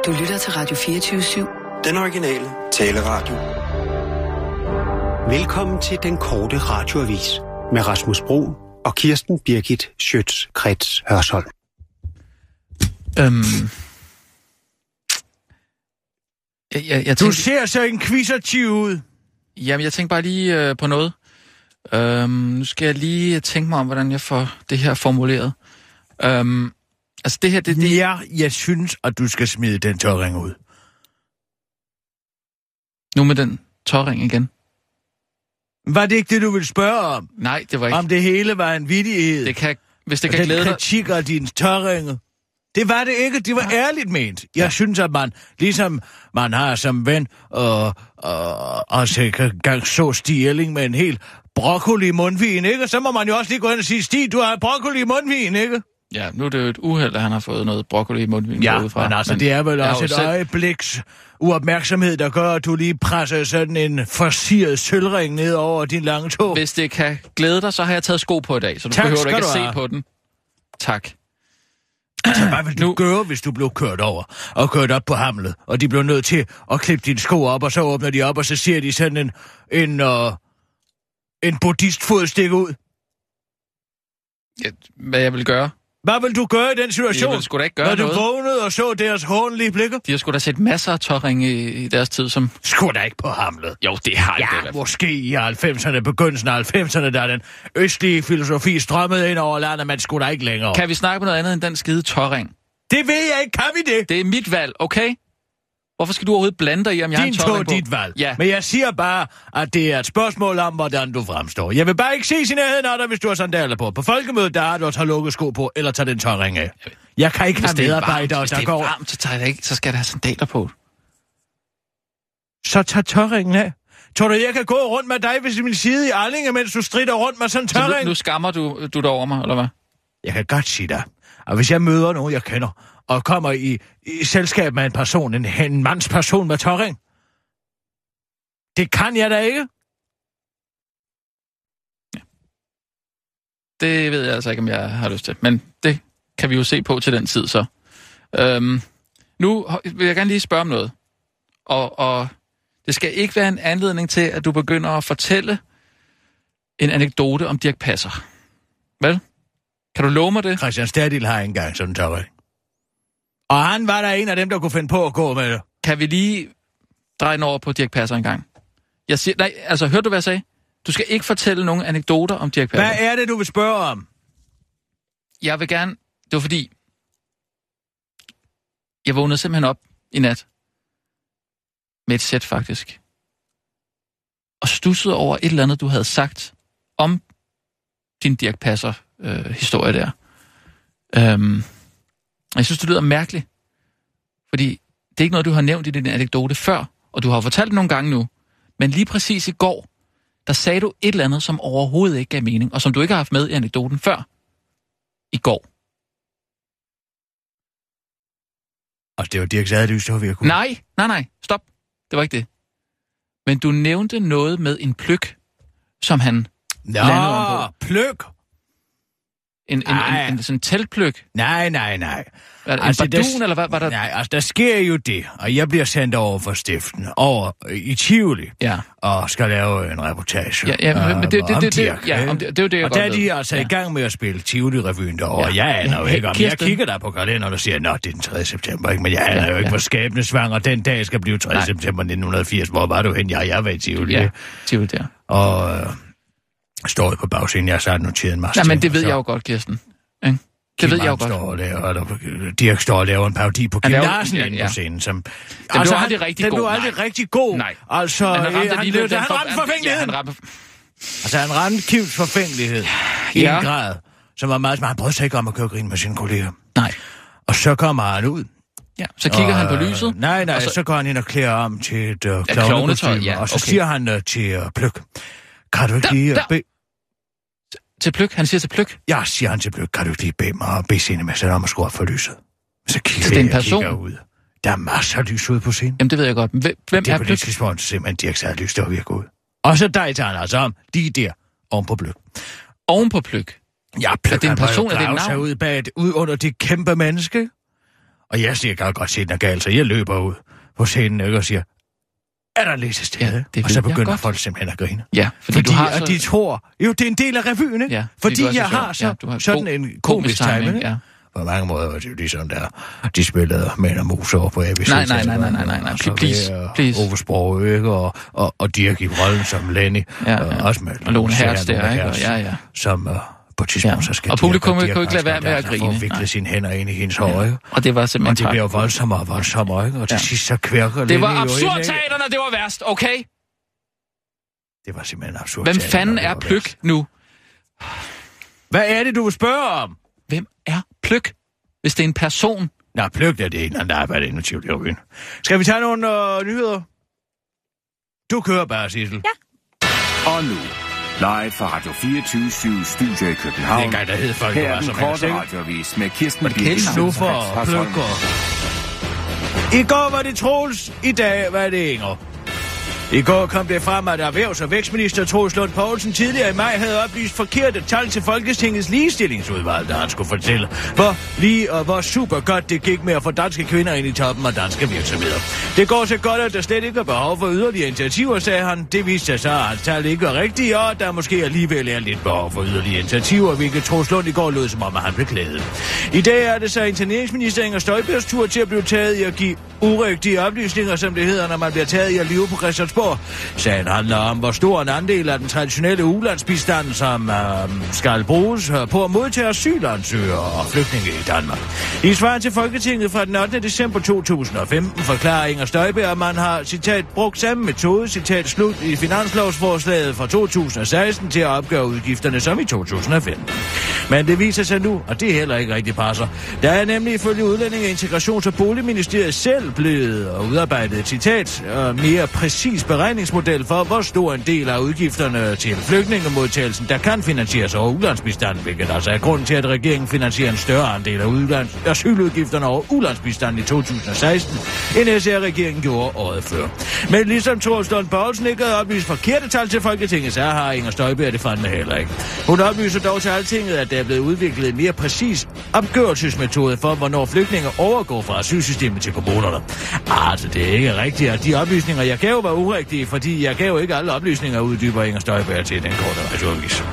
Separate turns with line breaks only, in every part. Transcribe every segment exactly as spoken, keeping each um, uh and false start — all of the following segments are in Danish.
Du lytter til Radio fireogtyve syv.
Den originale taleradio.
Velkommen til den korte radioavis med Rasmus Bro og Kirsten Birgit Schøtz-Krets Hørsholm.
Øhm... Jeg, jeg, jeg tænkte...
Du ser så inquisitiv ud.
Jamen, jeg tænker bare lige øh, på noget. Øhm, nu skal jeg lige tænke mig om, hvordan jeg får det her formuleret. Øhm, altså, det her, det... det...
Ja, jeg synes, at du skal smide den tørring ud.
Nu med den tørring igen.
Var det ikke det, du ville spørge om?
Nej, det var ikke...
Om det hele var en vittighed?
Det kan... Hvis det kan
den
glæde dig...
kritik af dine tørringer. Det var det ikke, det var ærligt ment. Jeg ja. synes, at man, ligesom man har som ven, og, og, og så kan gang så Stig Elling med en helt broccoli i mundvin, ikke? Så må man jo også lige gå hen og sige, Stig, du har broccoli i mundvin, ikke?
Ja, nu er det jo et uheld, at han har fået noget broccoli i mundvin.
Ja,
derudefra.
men altså,
men
det er vel også et
selv...
øjebliks uopmærksomhed, der gør, at du lige presser sådan en forsiret sølvring ned over din lange tog.
Hvis det kan glæde dig, så har jeg taget sko på i dag, så du
tak,
behøver du ikke
du
at se
have.
på den. Tak.
Altså, hvad vil du
nu...
gøre, hvis du blev kørt over og kørt op på Hamlet, og de blev nødt til at klippe dine sko op, og så åbner de op, og så ser de sådan en, en, uh, en buddhistfod stikke ud?
Ja, hvad jeg vil gøre?
Hvad vil du gøre i den situation,
jeg vil sgu da ikke gøre
når du
noget.
vågnede og så deres håndelige blikker?
De har sgu da set masser af tørring i, i deres tid, som...
Sgu da ikke på Hamlet.
Jo, det har
ja,
det.
måske i halvfemserne, begyndelsen af halvfemserne, der den østlige filosofi strømmede ind over landet, men sgu da ikke længere.
Kan vi snakke på noget andet end den skide tørring?
Det ved jeg ikke, kan vi det?
Det er mit valg, okay? Hvorfor skal du overhovedet blande dig i, om jeg
Din
har en tørring på?
dit valg.
Ja.
Men jeg siger bare, at det er et spørgsmål om, hvordan du fremstår. Jeg vil bare ikke se sin nærheden af dig, hvis du har sandaler på. På folkemødet, der er du at tage lukket sko på, eller tage den tørring af. Jeg kan ikke
hvis
have medarbejdere,
hvis
der
det
går...
er varmt, så, tager jeg ikke, så skal der have sandaler på.
Så tag tørringen af. Tror du, jeg kan gå rundt med dig ved min side i Arlinge, mens du strider rundt med sådan en tørring?
Så nu, nu skammer du, du dig over mig, eller hvad?
Jeg kan godt sige dig, at hvis jeg møder nogen, jeg kender, og kommer i, i selskab med en person, en, en mandsperson med tørring, det kan jeg da ikke.
Ja. Det ved jeg altså ikke, om jeg har lyst til. Men det kan vi jo se på til den tid, så. Øhm, nu vil jeg gerne lige spørge om noget. Og, og det skal ikke være en anledning til, at du begynder at fortælle en anekdote om Dirch Passer. Vel? Kan du love mig det?
Christian Stadil har ikke engang sådan en tørring. Og han var der en af dem, der kunne finde på at gå med det.
Kan vi lige dreje den over på Dirch Passer en gang? Jeg siger, nej, altså, hørte du, hvad jeg sagde? Du skal ikke fortælle nogen anekdoter om Dirch Passer.
Hvad er det, du vil spørge om?
Jeg vil gerne... Det var fordi... Jeg vågnede simpelthen op i nat. Med et sæt, faktisk. Og stussede over et eller andet, du havde sagt om din Dirch Passer-historie øh, der. Øhm, jeg synes, det lyder mærkeligt. Fordi det er ikke noget, du har nævnt i din anekdote før, og du har fortalt det nogle gange nu. Men lige præcis i går, der sagde du et eller andet, som overhovedet ikke gav mening, og som du ikke har haft med i anekdoten før. I går.
Og det var Dirch Adlys, det var virkelig.
Nej, nej, nej. Stop. Det var ikke det. Men du nævnte noget med en pløk, som han
Nå,
landede om på.
pløk?
En, en, en, en sådan teltpløk?
Nej, nej, nej.
En
altså,
bardun,
der,
eller hvad var der?
Nej, altså der sker jo det, og jeg bliver sendt over for stiften, over i Tivoli,
ja.
og skal lave en reportage
ja, ja, men det, det,
om
det, det,
Dirch.
Ja, om det, det er jo det, jeg
og
godt
der er de
ved.
altså
ja.
i gang med at spille Tivoli-revyen derovre.
Ja.
Jeg aner jo ikke, om
Kirsten.
jeg kigger der på kalenderen og siger, nå, det er den tredje september, ikke? Men jeg aner
ja,
jo ikke,
ja.
hvor skæbnesvanger den dag skal blive tredje
Nej.
september nitten firs. Hvor var du hen? Jeg, jeg var i Tivoli.
Ja, Tivoli der.
Og øh, står på bagsiden, jeg har så noteret en masse
Ja, men
ting,
det ved
så...
jeg jo godt, Kirsten. Ikke? Det ved jeg jo godt.
Står og laver, eller, Dirch står og laver en parodi på Kim Larsen
ja,
inde
ja.
på scenen. Som,
den altså, blev aldrig rigtig
den
god.
Den blev aldrig rigtig god.
Nej.
Altså,
han ramte,
øh, han,
alligevel,
han, han ramte forfængeligheden.
Ja, han ramte...
Altså, han ramte Kims forfængelighed i
ja.
en grad, som var meget smart. Han brød sig ikke om at køre grin med sine kolleger.
Nej.
Og så kommer han ud.
Ja, så kigger
og,
han på lyset.
Nej, nej,
og
så... så går han ind og klæder om til et uh, klovnekostyme.
Ja,
og så
okay.
siger han uh, til uh, Pløk, kan du ikke
der,
lige...
Der.
Be...
Til Pløk? Han siger til Pløk?
Ja, siger han til Pløk, kan du ikke lige bede mig og bede scenen med sig om at skrue op for lyset? Så kigger
det er en
jeg
person?
kigger ud. Der er masser af lys ude på scenen.
Jamen, det ved jeg godt. Hvem, hvem
det er
er Pløk?
Det er på det simpelthen Dirch Adlys, der var virkelig ud. Og så der tager han altså om, lige der, oven på Pløk.
Oven på Pløk?
Ja, Pløk,
er det en person,
han var jo
er det et navn?
ud, bag et, ud under det kæmpe menneske. Og jeg siger, jeg godt se den er galt, så jeg løber ud på scenen ikke, og siger, er der læses til
Ja,
det? Og så begynder folk simpelthen at grine.
Ja, fordi,
fordi
du har
at
så...
de tror, jo, det er en del af revyen, ikke?
Ja,
fordi
fordi
jeg
så
har så,
ja, du har
sådan en komisk timing,
ja.
På mange måder var det jo ligesom der, de spillede Mænd og Mus over på A B C.
Nej, nej, nej, nej, nej, nej, nej. Please, please.
Ove Sprogøe, ikke? Og, og, og Dirk i rollen som Lenny.
Ja, ja.
Og også med
og Lone Hertz der, ikke? Og, ja, ja.
Som uh, på et tidspunkt,
ja.
så skal
og publikum kunne
Dirk
ikke lade være med at grine.
For at vikle sine hænder ind i hendes hår, ikke?
Og det var simpelthen...
Og det bliver voldsommere og voldsommere, ikke? Og til ja. sidst så kværker Lenny.
Det var absurd teater, når det var værst, okay?
Det var simpelthen absurd.
Hvem fanden er Pløk nu?
Hvad er det, du vil spørge om?
Hvem er Pløk, hvis det er en person?
Nå, Pløk er det en eller anden, der arbejder inden i revyen. Skal vi tage nogle øh, nyheder? Du kører bare, Sissel.
Ja. Og nu, live fra Radio fireogtyve syv Studio i København.
Det er ikke, der hed folk,
her
der
er
var
den
så
korte radioavis med Kirsten
Birgit. Nu for Pløkker. I går var det Troels, i dag var det Inger. I går kom det frem, at erhvervs- og vækstminister Troels Lund Poulsen tidligere i maj havde oplyst forkerte tal til Folketingets ligestillingsudvalg, da han skulle fortælle, hvor lige og hvor super godt det gik med at få danske kvinder ind i toppen af danske virksomheder. Det går så godt, at der slet ikke er behov for yderligere initiativer, sagde han. Det viste sig så, at hans tal ikke var rigtige, og der måske alligevel er lidt behov for yderligere initiativer, hvilket Troels Lund i går lød som om, at han blev klædet. I dag er det så interneringsminister Inger Støjbergs tur til at blive taget i at give urigtige oplysninger, som det hedder, når man bliver taget i at lyve på Christiansborg. Sagen handler om, hvor stor en andel af den traditionelle ulandsbistand, som øh, skal bruges på at modtage asylansøgere og flygtninge i Danmark. I svar til Folketinget fra den ottende december to tusind og femten forklarer Inger Støjberg, at man har, citat, brugt samme metode, citat slut, i finanslovsforslaget fra to tusind og seksten til at opgøre udgifterne som i to tusind og femten. Men det viser sig nu, og det heller ikke rigtig passer. Der er nemlig ifølge Udlændinge-, Integrations- og Boligministeriet selv blevet og udarbejdet et citat og mere præcis beregningsmodel for, hvor stor en del af udgifterne til flygtningemodtagelsen, der kan finansieres over ulandsbistanden, hvilket altså er grunden til, at regeringen finansierer en større andel af udlands- asyludgifterne over ulandsbistanden i to tusind og seksten, end S R-regeringen gjorde året før. Men ligesom Troels Lund Poulsen ikke havde oplyst forkerte tal til Folketinget, så har Inger Støjberg det fandme heller ikke. Hun oplyser dog til Altinget, at der er blevet udviklet en mere præcis opgørelsesmetode for, hvornår flygtninge overgår fra asylsystemet til kommunerne. Altså, det er ikke rigtigt, at de oplysninger, jeg gav, var urigtige, fordi jeg gav ikke alle oplysninger, uddyber Inger Støjberg til den korte radioavis.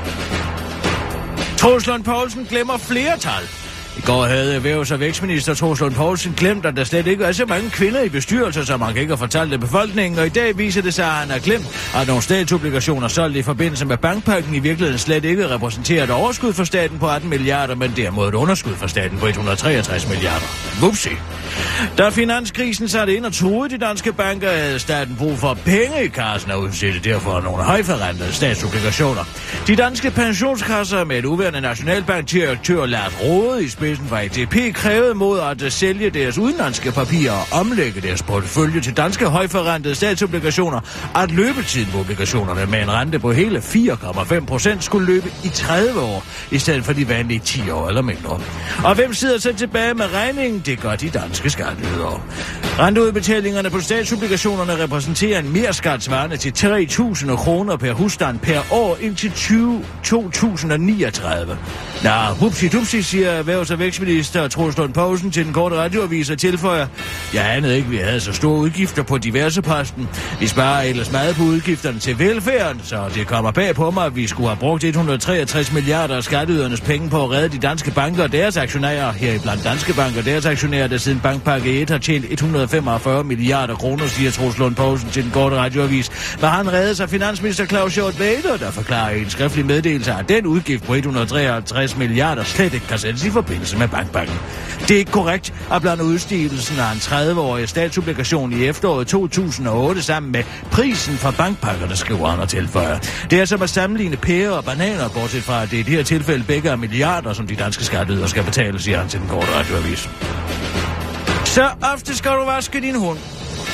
Troels Lund Poulsen glemmer flere tal. I går havde erhvervs- og vækstminister Troels Lund Poulsen glemt, at der slet ikke er så mange kvinder i bestyrelser, som han ikke har fortalt af befolkningen, og i dag viser det sig, at han har glemt, at nogle statsobligationer solgt i forbindelse med bankpakken i virkeligheden slet ikke repræsenterer et overskud for staten på atten milliarder, men derimod et underskud for staten på et hundrede og treogtres milliarder. Vupsi. Da finanskrisen satte ind og truede de danske banker, havde staten brug for penge i kassen og udsætte derfor nogle højforrentede statsobligationer. De danske pensionskasser med et uværende nationalbankdirektør Lars Rode i spidsen for A T P krævede mod at sælge deres udenlandske papirer og omlægge deres portefølje til danske højforrentede statsobligationer, at løbetiden på obligationerne med en rente på hele fire komma fem procent skulle løbe i tredive år, i stedet for de vanlige ti år eller mindre. Og hvem sidder så tilbage med regningen? Det gør de danske skatteydere. Renteudbetalingerne på statsobligationerne repræsenterer en merskat svarende til tre tusind kroner per husstand per år indtil to tusind og niogtredive. Nå, hupsi dupsi, siger erhvervs- og vækstminister Troels Lund Poulsen til den korte radioavis og tilføjer: Jeg anede ikke, vi havde så store udgifter på diverse posten. Vi sparer ellers meget på udgifterne til velfærden, så det kommer bag på mig, at vi skulle have brugt et hundrede og treogtres milliarder af skatteydernes penge på at redde de danske banker og deres aktionærer, heriblandt Danske Bank og deres aktionærer, der siden bankpakke et har tjent et hundrede og femogfyrre milliarder kroner, siger Troels Lund Poulsen til den korte radioavis. Men han reddes af finansminister Claus Hjort Vader, der forklarer i en skriftlig meddelelse, at den udgift på et hundrede og treoghalvtreds milliarder slet ikke kan sættes i forbindelse med bankpakken. Det er ikke korrekt at blande udstigelsen af en tredive-årig statsobligation i efteråret to tusind og otte sammen med prisen for bankpakkerne, skriver han og tilføjer. Det er som at sammenligne pærer og bananer, bortset fra at det i det her tilfælde begge er milliarder, som de danske skatteydere skal betale, siger han til den korte radioavis. Så ofte skal du vaske din hund.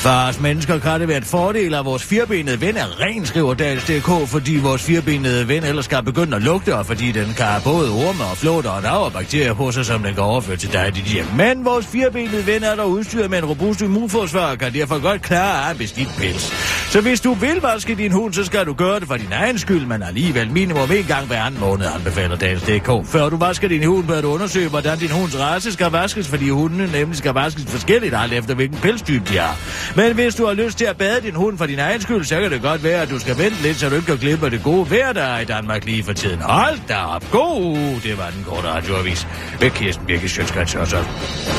For os mennesker kan det være et fordel, at vores firbenede ven er ren, skriver Dagens punktum d k, fordi vores firbenede ven ellers skal begynde at lugte, og fordi den kan have både orme og flåter og dag og bakterier på sig, som den kan overføre til dig i dit hjem. Men vores firbenede ven er der udstyret med en robust immunforsvar, og kan derfor godt klare af beskidt pels. Så hvis du vil vaske din hund, så skal du gøre det for din egen skyld, men alligevel minimum en gang hver anden måned, anbefaler Dagens punktum d k. Før du vasker din hund, bør du undersøge, hvordan din hunds race skal vaskes, fordi hundene nemlig skal vaskes forskelligt, alt efter hvilken pelstype de har. Men hvis du har lyst til at bade din hund for din egen skyld, så kan det godt være, at du skal vente lidt, så du ikke kan glemme det gode vejr, der er i Danmark lige for tiden. Hold da op. God uge. Det var den korte radioavis med Kirsten Birgit Schøtzgrads Hørsholm.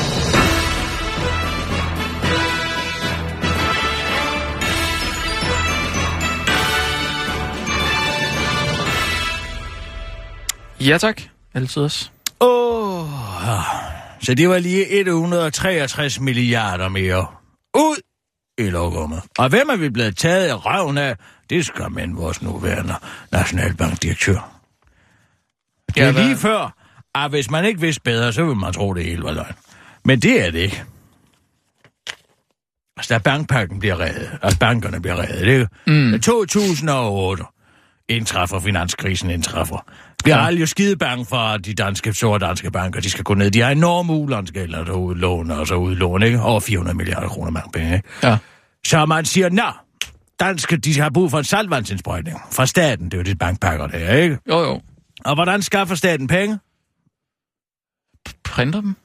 Ja tak. Altid også.
Åh, oh, så det var lige et hundrede og treogtres milliarder mere. Ud i lokummet. Og hvem er vi blevet taget i røven af? Det skal man vores nuværende nationalbankdirektør. Det er ja, lige før, at hvis man ikke vidste bedre, så ville man tro, det hele var løgn. Men det er det ikke. Altså, da bankpakken bliver reddet, altså bankerne bliver reddet, det mm. er to tusind og otte indtræffer, finanskrisen indtræffer. Bliver ja. alle jo skide bange for, at de danske, store danske banker, de skal gå ned. De har enorme ulandsgælder, der udlåner og så udlån, ikke? Over fire hundrede milliarder kroner mange penge, ikke? Ja. Så man siger, nå, danske, de har brug for en saltvandsindsprøjtning fra staten. Det er jo de bankpakker, der, ikke?
Jo, jo.
Og hvordan skaffer staten penge?
Printer dem.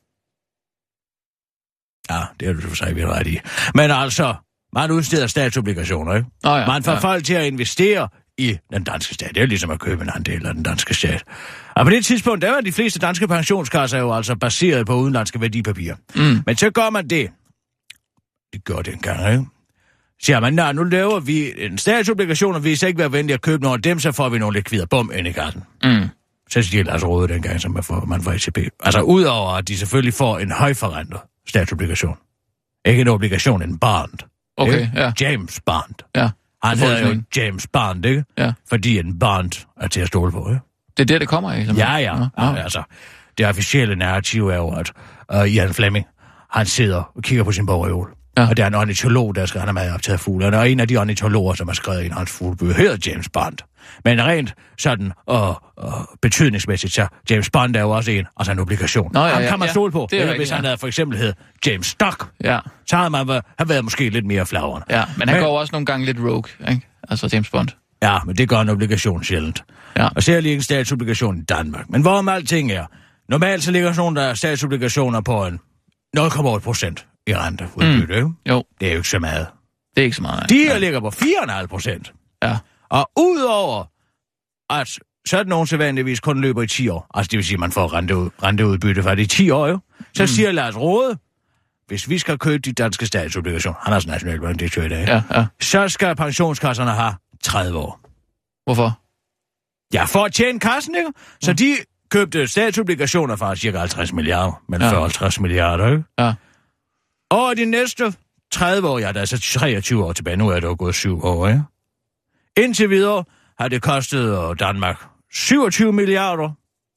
Ja, det er du for sig vidt ret i. Men altså, man udsteder statsobligationer, ikke? Oh, ja, man får ja. folk til at investere i den danske stat. Det er jo ligesom at købe en andel af den danske stat. Og på det tidspunkt, der var de fleste danske pensionskasser jo altså baseret på udenlandske værdipapirer. Mm. Men så gør man det. Det gør det engang, ikke? Siger man, nej, nu laver vi en statsobligation, og vi skal ikke være venlige at købe nogle af dem, så får vi nogle likvider. Bum, ind i kassen. Mm. Så siger de altså rådet dengang, som man får, man får E C B. Altså udover, at de selvfølgelig får en højforrentet statsobligation. Ikke en obligation, en bond.
Okay,
ikke?
ja.
James Bond.
Ja.
Han hedder jo James Bond, ikke?
Ja.
Fordi en bond er til at stole på, ikke?
Det er der, det kommer af?
Ja, ja. ja. ja. Altså, det officielle narrativ er jo, at uh, Jan Flemming, han sidder og kigger på sin bogreol. Ja. Og der er en ornitolog, der skal han have meget optaget fuglerne. Og en af de ornitologer, som har skrevet en hans fuglebøger, hedder James Bond. Men rent sådan og, og betydningsmæssigt, så James Bond er jo også en, altså en obligation. Nå, ja, han kan man ja, stole på. Det er rigtigt, hvis han ja. havde for eksempel hed James Stock, ja. så havde man været, have været måske lidt mere flagrende.
Ja, men han men, går også nogle gange lidt rogue, ikke? Altså James Bond.
Ja, men det gør en obligation sjældent. Ja. Og særlig en statsobligation i Danmark. Men hvorom alting er, normalt så ligger sådan nogle der statsobligationer på en nul komma otte procent i rente udbytte, mm. Jo. Det er jo ikke så meget.
Det er ikke så meget. Nej.
De her ligger på fire komma fem procent.
Ja.
Og udover at sådan nogen sædvanligvis kun løber i ti år, altså det vil sige, at man får renteud, renteudbytte for det i ti år, jo, så mm. siger Lars Råde, hvis vi skal købe de danske statsobligationer, han er også nationalbankdirektør i dag, ja, ja. så skal pensionskasserne have tredive år.
Hvorfor?
Ja, for at tjene kassen, ikke? Så mm. de købte statsobligationer for cirka halvtreds milliarder, men ja. fyrre til halvtreds milliarder, ikke? Ja. Og de næste tredive år, ja, der er så treogtyve år tilbage, nu er det jo gået syv år, ikke? Indtil videre har det kostet Danmark syvogtyve milliarder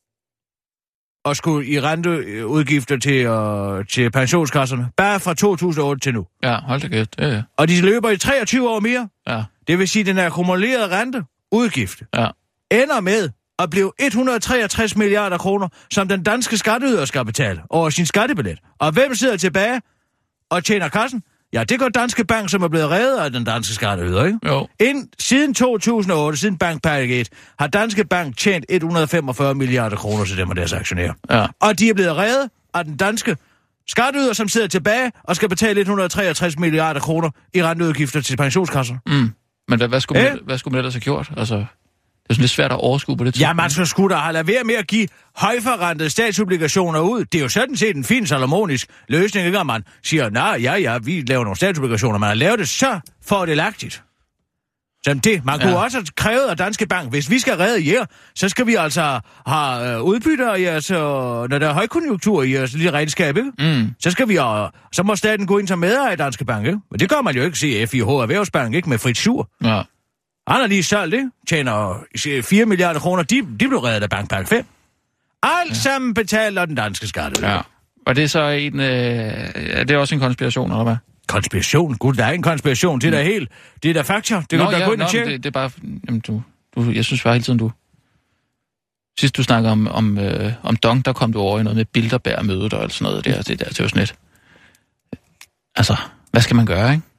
og skulle i renteudgifter til, uh, til pensionskasserne, bare fra to tusind og otte til nu.
Ja, hold da kæft. Ja, ja.
Og de løber i treogtyve år mere.
Ja.
Det vil sige, at den akkumulerede renteudgift ja. ender med at blive et hundrede og treogtres milliarder kroner, som den danske skatteyder skal betale over sin skattebillet. Og hvem sidder tilbage og tjener kassen? Ja, det går Danske Bank, som er blevet reddet af den danske skatteyder, ikke?
Jo.
Ind, siden to tusind og otte, siden bankpakke et, har Danske Bank tjent et hundrede og femogfyrre milliarder kroner til dem og deres aktionærer. Ja. Og de er blevet reddet af den danske skatteyder, som sidder tilbage og skal betale et hundrede og treogtres milliarder kroner i renteudgifter til pensionskasser.
Mm. Men hvad, hvad, skulle man, hvad skulle man ellers have gjort? Altså, det er sådan lidt svært at overskue på det tidspunkt.
Ja, man skulle sgu da have ladet være med at give højforrentede statsobligationer ud. Det er jo sådan set en fin salomonisk løsning, ikke? Man siger, nej, ja, ja, vi laver nogle statsobligationer. Man har lavet det så fordelagtigt. Som det. Man kunne ja. også have krævet af Danske Bank, hvis vi skal redde jer, så skal vi altså have udbytter i jeres, når der er højkonjunktur i jeres lille regnskab, ikke? Mm. Så skal vi, så må staten gå ind som medejer i Danske Bank, ikke? Men det gør man jo ikke, se F I H Erhvervsbank, ikke? Med Fritz Schur. Ja. Han har lige solgt det, tjener fire milliarder kroner, de, de blev reddet af bankpakke fem. Alt ja. sammen betalt af den danske skatte.
Ja, og det er så en, øh, er det også en konspiration, eller hvad?
konspiration? Gud, der er en konspiration. Det er da helt... Det er da fakta. Det
nå,
kan du da
ja,
gå ind
nå,
og tjekke.
Det, det er bare... Jamen, du, du, jeg synes bare hele tiden, du... Sidst du snakker om, om, øh, om Dong, der kom du over i noget med Bilderberg-mødet og alt sådan noget. Der, det der, det er jo sådan lidt... Altså, hvad skal man gøre, ikke?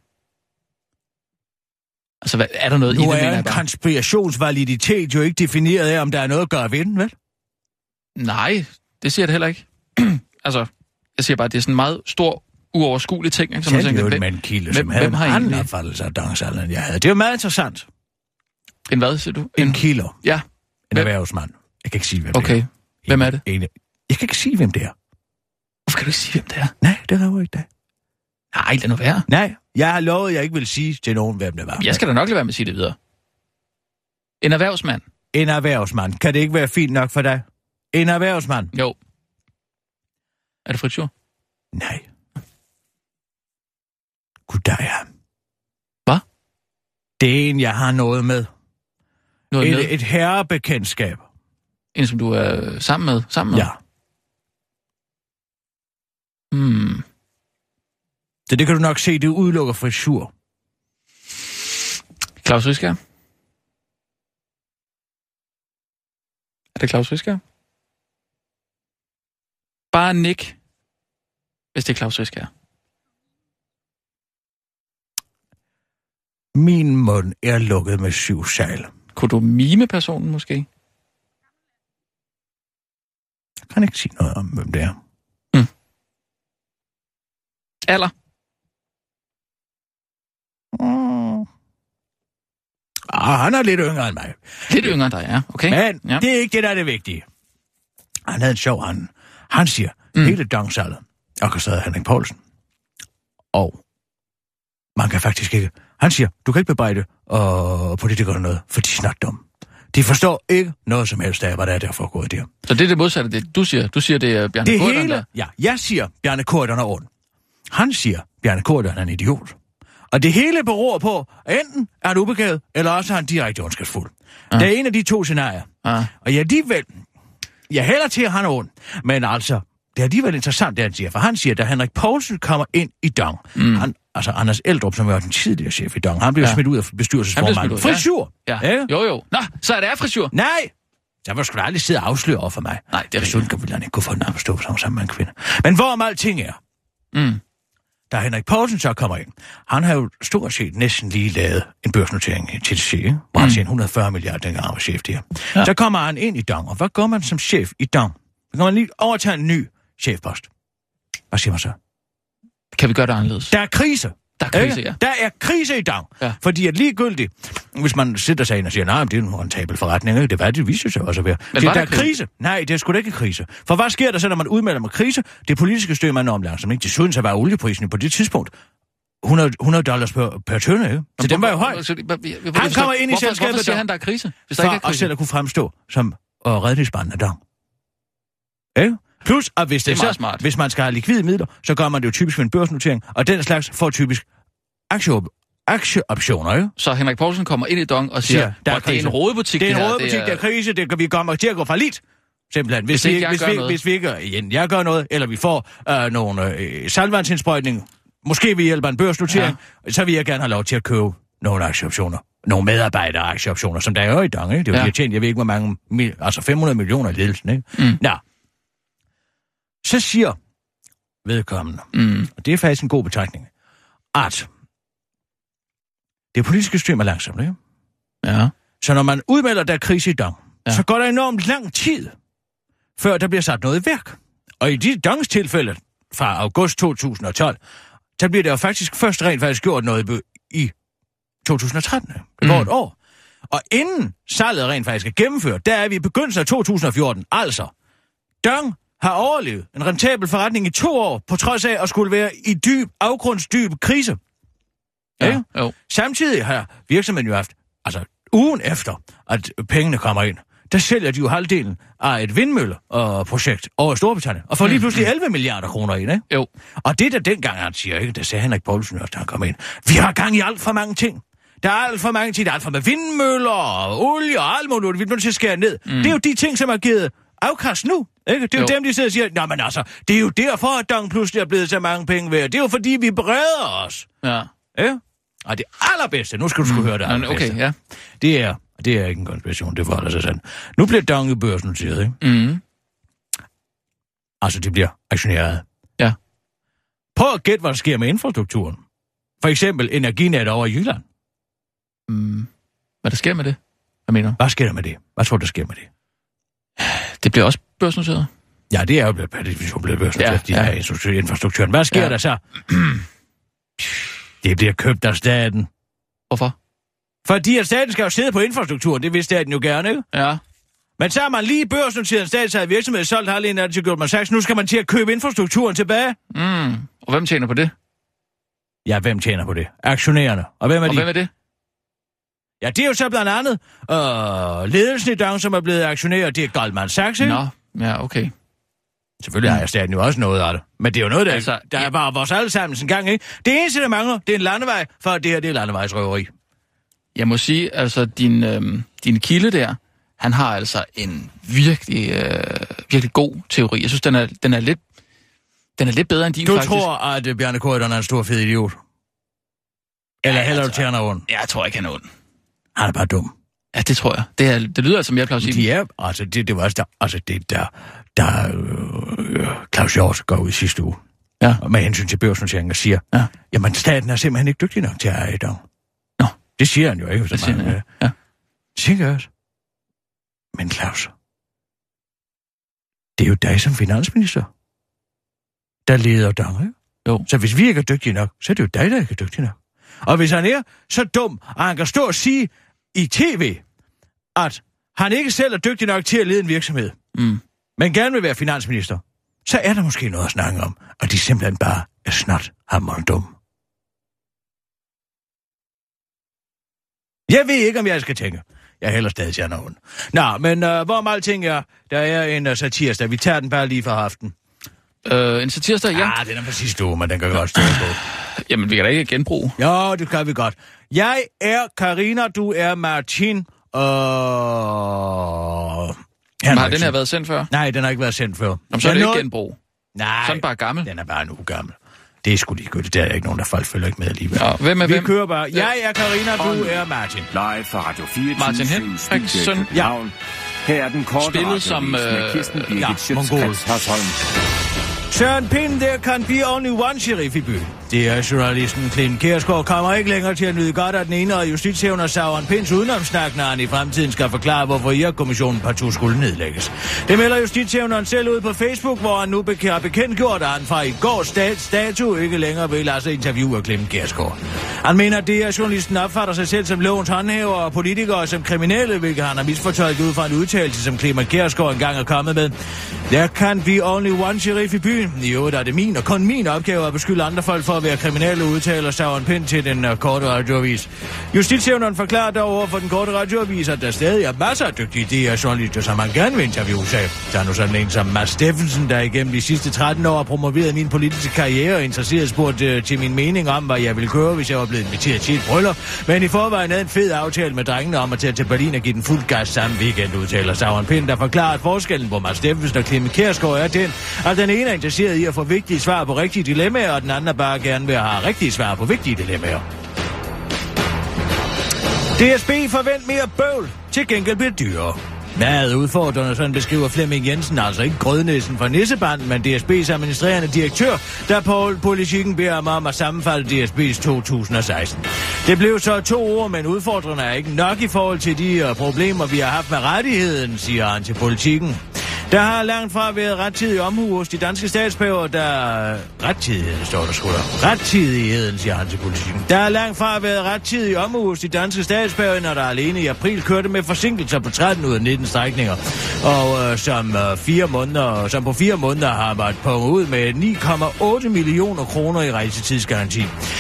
Altså, hvad, er der noget
nu
i det,
er
mener
en
jeg bare?
konspirationsvaliditet jo ikke defineret af, om der er noget at gøre ved den, vel?
Nej, det siger jeg det heller ikke. Altså, jeg siger bare, at det er sådan en meget stor, uoverskuelig ting, ikke? Som man
Selv
tænker,
jo
hvem,
med en kilde,
hvem,
som havde
hvem har
en anden
egentlig...
opfattelse af dansalderen, end jeg havde. Det er jo meget interessant.
En hvad, siger du?
En kilder.
Ja.
En
Hvem?
erhvervsmand. Jeg kan ikke sige, hvem
Okay.
det er.
Hvem er det?
En, jeg kan ikke sige, hvem det er.
Hvorfor kan du ikke sige, hvem det er?
Nej, det er jo ikke det.
Nej, lad nu være.
Nej, jeg har lovet, at jeg ikke vil sige til nogen, hvem det var.
Jeg skal da nok lade være med at sige det videre. En erhvervsmand.
En erhvervsmand. Kan det ikke være fint nok for dig? En erhvervsmand?
Jo. Er det Fritz Schur?
Nej. Goddag, ja.
Hvad?
Det er en, jeg har noget med.
Noget med?
Et, et herrebekendtskab.
En, som du er sammen med? Sammen med?
Ja.
Hmm.
Så det kan du nok se, det udelukker Fritz Schur.
Claus Riskær? Er det Claus Riskær? Bare nik, hvis det er Claus Riskær.
Min mund er lukket med syv sejl.
Kunne du mime personen måske?
Jeg kan ikke sige noget om, hvem det er.
Mm. Alder?
Mm. Ah, han er lidt yngre end mig.
Lidt yngre end dig, ja. Okay.
Men
ja.
det er ikke det, der er det vigtige. Han havde en sjov, han, han siger, mm. hele dangsalget, orkestreret Henrik Poulsen. Og man kan faktisk ikke... Han siger, du kan ikke bebrejde og politikerne noget, for de er snart dumme. De forstår ikke noget som helst af, hvad der er der foregået der.
Så det er det modsatte, det du siger. Du siger, det er Bjarne
Det
Corydon,
hele,
der...
ja, jeg siger, Bjarne Corydon er ond. Han siger, Bjarne Corydon er en idiot. Og det hele beror på, at enten er han ubegavet, eller også er han direkte ondskabsfuld. Ja. Det er en af de to scenarier.
Ja.
Og jeg alligevel... Jeg hælder til, at han er ond. Men altså, det er alligevel interessant, det han siger. For han siger, da Henrik Poulsen kommer ind i Dong... Mm. Han, altså, Anders Eldrup, som var den tidligere chef i Dong, han blev ja. smidt ud af bestyrelsesformanden.
Fritz Schur.
Ja.
ja. Jo, jo. Nå, så er det Fritz Schur.
Nej! Så var sgu da aldrig sidde og afsløre over for mig.
Nej, det er
rigtigt. Sådan ville han ikke kunne få den at stå sammen med en kvinde. Men hvorom alting er... Mm. Da Henrik Poulsen så kommer ind, han har jo stort set næsten lige lavet en børsnotering i T D C, hvor mm. han tjener et hundrede og fyrre milliarder, dengang han var chef der. Ja. Så kommer han ind i Dong, og hvad gør man som chef i Dong? Så kan man lige overtage en ny chefpost. Hvad siger man så?
Kan vi gøre det anderledes?
Der er krise.
Der er krise, ja.
Der er krise i Dong. Ja. Fordi at ligegyldigt, hvis man sætter sig ind og siger, nej, det er en rentabel forretning, ikke? Det var det, viser sig også at være. Men det, der er krise? krise? Nej, det er sgu da ikke krise. For hvad sker der så, når man udmelder med krise? Det politiske styre man om langsomt, ikke? Desuden så var olieprisen på det tidspunkt hundrede, hundrede dollars per, per tønde, ikke? Så den var jo høj. Han kommer ind i
hvorfor,
selskabet,
hvorfor siger han, der er krise? Hvis
for
der ikke er krise?
at selv at kunne fremstå som uh, redningsbanden af Dong. Ikke? Plus, at hvis, det
det er
så, hvis man skal have likvide midler, så gør man det jo typisk ved en børsnotering, og den slags får typisk aktie, aktieoptioner, ikke?
Så Henrik Poulsen kommer ind i Dong og siger, der er det er en rodebutik.
Det er en
det
rodebutik,
det er...
der er krise, det kan vi komme til at gå fra lidt. Simpelthen. Hvis,
hvis,
vi,
ikke
hvis, vi, hvis vi ikke, igen, jeg gør noget, eller vi får øh, nogle øh, salgvandsindsprøjtning, måske ved hjælp af en børsnotering, ja. Så vil jeg gerne have lov til at købe nogle aktieoptioner. Nogle medarbejder-aktieoptioner, som der er jo i Dong, ikke? Det er jo ja. tjent, jeg ved ikke, hvor mange, altså fem hundrede millioner i ledelsen, ikke? Mm. Nå. Så siger vedkommende, mm. og det er faktisk en god betragtning, at det politiske styr er langsomt, ikke?
Ja.
Så når man udmelder, der er krise i Dong, ja. Så går der enormt lang tid, før der bliver sat noget i værk. Og i de Dongs tilfælde fra august to tusind og tolv, der bliver der jo faktisk først rent faktisk gjort noget i to tusind og tretten. Det går mm. et år. Og inden salget rent faktisk er gennemført, der er vi i begyndelsen af to tusind og fjorten. Altså, Dong har overlevet en rentabel forretning i to år, på trods af at skulle være i dyb, afgrundsdyb krise. Ja, jo. Samtidig har virksomheden jo haft, altså ugen efter, at pengene kommer ind, der sælger de jo halvdelen af et vindmølleprojekt over Storbritannien, og får lige pludselig elleve milliarder kroner ind, ikke?
Jo.
Og det der dengang, han siger, ikke? Det sagde Henrik Poulsen også, da han kom ind. Vi har gang i alt for mange ting. Der er alt for mange ting. Der er alt for med vindmøller og olie og alt muligt. Vi er nødt til at skære ned. Mm. Det er jo de ting, som har givet afkast nu. Ikke? Det er jo, jo dem, de sidder og siger, nå, men altså, det er jo derfor, at Dong pludselig er blevet så mange penge værd. Det er jo fordi, vi breder os.
Ja.
Ja? Og det allerbedste, nu skal du sgu mm. høre det allerbedste. Okay, ja. Det er, det er ikke en konspiration, det forholder sig sådan. Nu bliver Dong i børsnoteret, ikke?
Mm.
Altså, det bliver aktioneret.
Ja.
Prøv at gætte, hvad der sker med infrastrukturen. For eksempel Energinet over i Jylland.
Mm. Hvad der sker med det? Hvad mener du?
Hvad sker der med det? Hvad tror du, der sker med det?
Det bliver også børsnoteret.
Ja, det er jo blevet per definition blevet børsnoteret, ja, ja. De her infrastrukturen. Hvad sker ja. der så? Det bliver købt af staten.
Hvorfor?
Fordi at staten skal jo sidde på infrastrukturen, det vil staten jo gerne, ikke?
Ja.
Men så har man lige børsnoteret en statsejet virksomhed, solgt halvdelen af det til Goldman Sachs. Nu skal man til at købe infrastrukturen tilbage.
Mm. Og hvem tjener på det?
Ja, hvem tjener på det? Aktionærerne. Og hvem er
og
de?
hvem er det?
Ja, det er jo så blandt andet øh, ledelsen i Dong, som er blevet aktionærer. Det er Goldman Sachs, ikke?
Nå, ja, okay.
Selvfølgelig har jeg staten jo også noget af det. Men det er jo noget, der, altså, der er bare vores allesammens en gang, ikke? Det eneste, der mangler, det er en landevej, for det her, det er landevejsrøveri.
Jeg må sige, altså, din, øh, din kilde der, han har altså en virkelig, øh, virkelig god teori. Jeg synes, den er, den er lidt, den er lidt bedre end din,
du
faktisk.
Du tror, at Bjarne Corydon er en stor fed idiot? Eller ja, heller du til, han er ond?
Jeg tror ikke, han er ond.
Han er bare dum.
Ja, det tror jeg. Det, er, det lyder altså mere plausibelt.
De er, altså, det, det var altså, der, altså det der, der øh, Claus Hjort går ud sidste uge.
Ja.
Med hensyn til børsnoteringen og siger, ja. Jamen, staten er simpelthen ikke dygtig nok til at eje Dong. Nå. Det siger han jo ikke.
Det siger han, ja. ja.
Det siger jeg også. Men Claus, det er jo dig som finansminister, der leder Dong, ikke?
Jo.
Så hvis vi ikke er dygtige nok, så er det jo dig, der ikke er dygtig nok. Og hvis han er så dum, at han kan stå og sige i tv, at han ikke selv er dygtig nok til at lede en virksomhed,
mm.
men gerne vil være finansminister, så er der måske noget at snakke om, og de simpelthen bare er snot hammerende dumme. Jeg ved ikke, om jeg skal tænke. Jeg hælder stadig til nogen. Nå, men uh, hvorom alting er, der er en uh, satirsdag. Vi tager den bare lige fra aften.
Øh, en satirsdag, ja?
Ah, den er på sidste uge, men den kan godt stå på.
Jamen, vi kan da ikke genbruge.
Jo, det kan vi godt. Jeg er Karina, du er Martin, og...
Har den her været sendt før?
Nej, den har ikke været sendt før.
Jamen, så er det ikke genbrug.
Nej.
Så er den bare gammel.
Den er bare nu gammel. Det er sgu ligegyldigt. Der er ikke nogen, der folk følger ikke med alligevel.
Ja, hvem er
vi
hvem?
kører bare. Jeg er Karina, du er Martin.
Live fra Radio fireogtyve.
Martin Henriksen.
Ja. Her er den korte
spillet som
med Kirsten Birgit
ja,
Schøtz-Krets Hørsholm.
Søren Pind, there can be only one sheriff i byen. Det er journalisten Clem Kjærsgaard kommer ikke længere til at nyde godt af den ene og justitshævner Søren Pinds udenomsnak, når han i fremtiden skal forklare, hvorfor I R-kommissionen partout skulle nedlægges. Det melder justitshævneren selv ud på Facebook, hvor han nu har bekendtgjort, at han fra i går stats dato ikke længere vil lade sig interviewe af Clem Kjærsgaard. Han mener, at det er journalisten opfatter sig selv som lovens håndhæver og politikere som kriminelle, hvilket han har misfortolket ud fra en udtalelse, som Clem Kjærsgaard engang er kommet med. There can be only one sheriff i byen. I øvrigt er det min og kun min opgave at beskylde andre folk for at være kriminelle, udtaler Søren Pind til den uh, korte radioavis. Justitshævneren forklarer dog over for den korte radioavis, at der stadig er masser af dygtige D R-journalister, som man gerne vil interviewe sig. Der er nu sådan en som Mads Steffensen, der igennem de sidste tretten år har promoveret min politiske karriere og interesseret spurgt uh, til min mening om, hvad jeg ville gøre, hvis jeg var blevet inviteret til et bryllup. Men i forvejen havde en fed aftale med drengene om at tage til Berlin og give den fuld gas samme weekend, udtaler Søren Pind, der forklarer, at forskellen på Mads Steffensen og Clem Kjærsgaard er den, at den ene er interesseret i at få vigtige svar på rigtige dilemmaer, og den anden bare gerne vil have rigtige svar på vigtige dilemmaer. D S B forvent mere bøvl, til gengæld bliver dyrere. Meget udfordrende, sådan beskriver Flemming Jensen, altså ikke grødnæsen fra Nissebanden, men D S B's administrerende direktør, der på politikken beder ham om at sammenfatte D S B's to tusind og seksten. Det blev så to ord, men udfordrende er ikke nok i forhold til de problemer, vi har haft med rettigheden, siger han til politikken. Der har langt fra været rettidig omhu hos de danske statsborgere, der... Rettidigheden, står der sgu der. Rettidigheden, siger han til politikken. Der har langt fra været rettidig omhu hos de danske statsborgere, når der alene i april kørte med forsinkelser på tretten ud af nitten strækninger. Og øh, som, øh, fire måneder, som på fire måneder har været punget ud med ni komma otte millioner kroner i rejsetidsgaranti.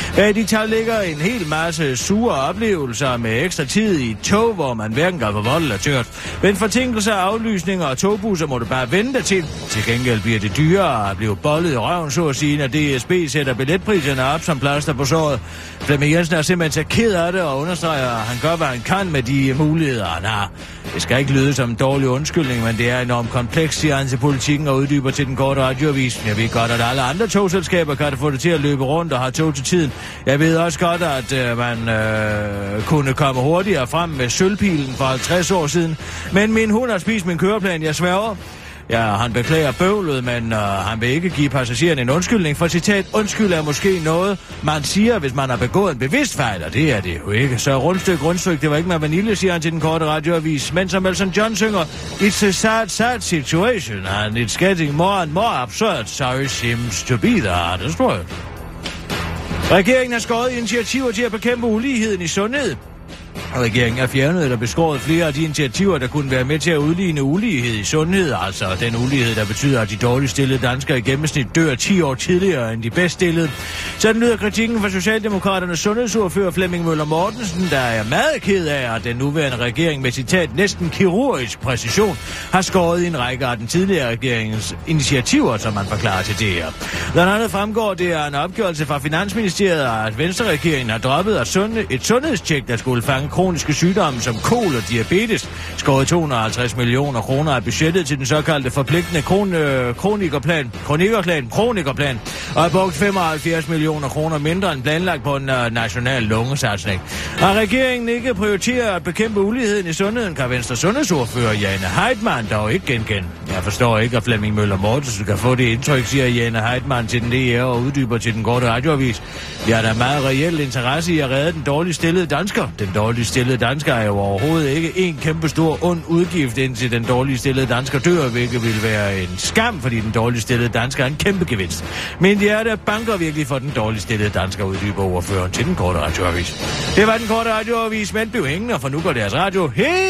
Bag de tal ligger en hel masse sure oplevelser med ekstra tid i tog, hvor man hverken kan få vold eller tørt. Men fortinkelser, aflysninger og togbusser må du bare vente til. Til gengæld bliver det dyrere at blive bollet i røven, så at sige, når D S B sætter billetpriserne op som plaster på såret. Flemming Jensen er simpelthen så ked af det og understreger, at han gør, hvad han kan med de muligheder, han har. Det skal ikke lyde som en dårlig undskyldning, men det er enormt kompleks, siger han til Politikken og uddyber til den korte radioavis. Jeg ved godt, at alle andre togselskaber kan få det til at løbe rundt og har tog til tiden. Jeg ved også godt, at øh, man øh, kunne komme hurtigere frem med sølvpilen for halvtreds år siden. Men min hund har spist min køreplan, jeg sværger. Ja, han beklager bøvlet, men øh, han vil ikke give passagererne en undskyldning, for citat, undskyld er måske noget, man siger, hvis man har begået en bevidst fejl, og det er det jo ikke. Så rundstykke, rundstykke, det var ikke med vanilje, siger han til den korte radioavis. Men som Elton John synger, it's a sad, sad situation, and it's getting more and more absurd, so it seems to be the hardest world. Regeringen har skåret initiativer til at bekæmpe uligheden i sundhed. Regeringen har fjernet eller beskåret flere af de initiativer, der kunne være med til at udligne ulighed i sundhed. Altså den ulighed, der betyder, at de dårligt stillede danskere i gennemsnit dør ti år tidligere end de bedst stillede. Sådan lyder kritikken fra Socialdemokraternes sundhedsordfører Flemming Møller Mortensen, der er meget ked af, at den nuværende regering med citat næsten kirurgisk præcision har skåret i en række af den tidligere regeringens initiativer, som man forklarer til det her. Blandt andet fremgår det er en opgørelse fra Finansministeriet, at Venstre-regeringen har droppet at sunde, et sundhedstjek, der skulle fange kroniske sygdomme som kol og diabetes, skåret to hundrede og halvtreds millioner kroner af budgettet til den såkaldte forpligtende kron, øh, kronikerplan, kronikerplan, kronikerplan, og har brugt femoghalvfjerds millioner kroner mindre end planlagt på en øh, national lungesatsning. Og regeringen ikke prioriterer at bekæmpe uligheden i sundheden, kan Venstre sundhedsordfører Jane Heitmann dog ikke genkende. Jeg forstår ikke, at Flemming Møller Mortensen kan få det indtryk, siger Jane Heitmann til den D R og uddyber til den korte radioavis. Jeg har da meget reel interesse i at redde den dårligt stillede dansker. Den dårligt stillede dansker er jo overhovedet ikke en kæmpe stor ond udgift, indtil den dårligt stillede dansker dør, hvilket vil være en skam, fordi den dårligt stillede dansker er en kæmpe gevinst. Men det er der banker virkelig for den dårligt stillede dansker, uddyber ordføreren til den korte radioavis. Det var den korte radioavis, men blev hængende, for nu går deres radio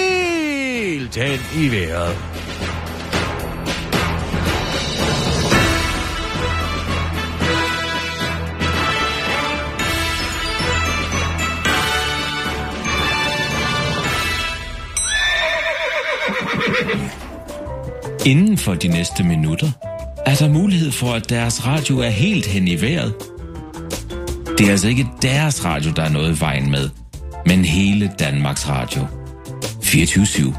helt hen i vejret.
Inden for de næste minutter er der mulighed for, at deres radio er helt hen i vejret. Det er altså ikke deres radio, der er noget i vejen med, men hele Danmarks Radio. fireogtyve syv.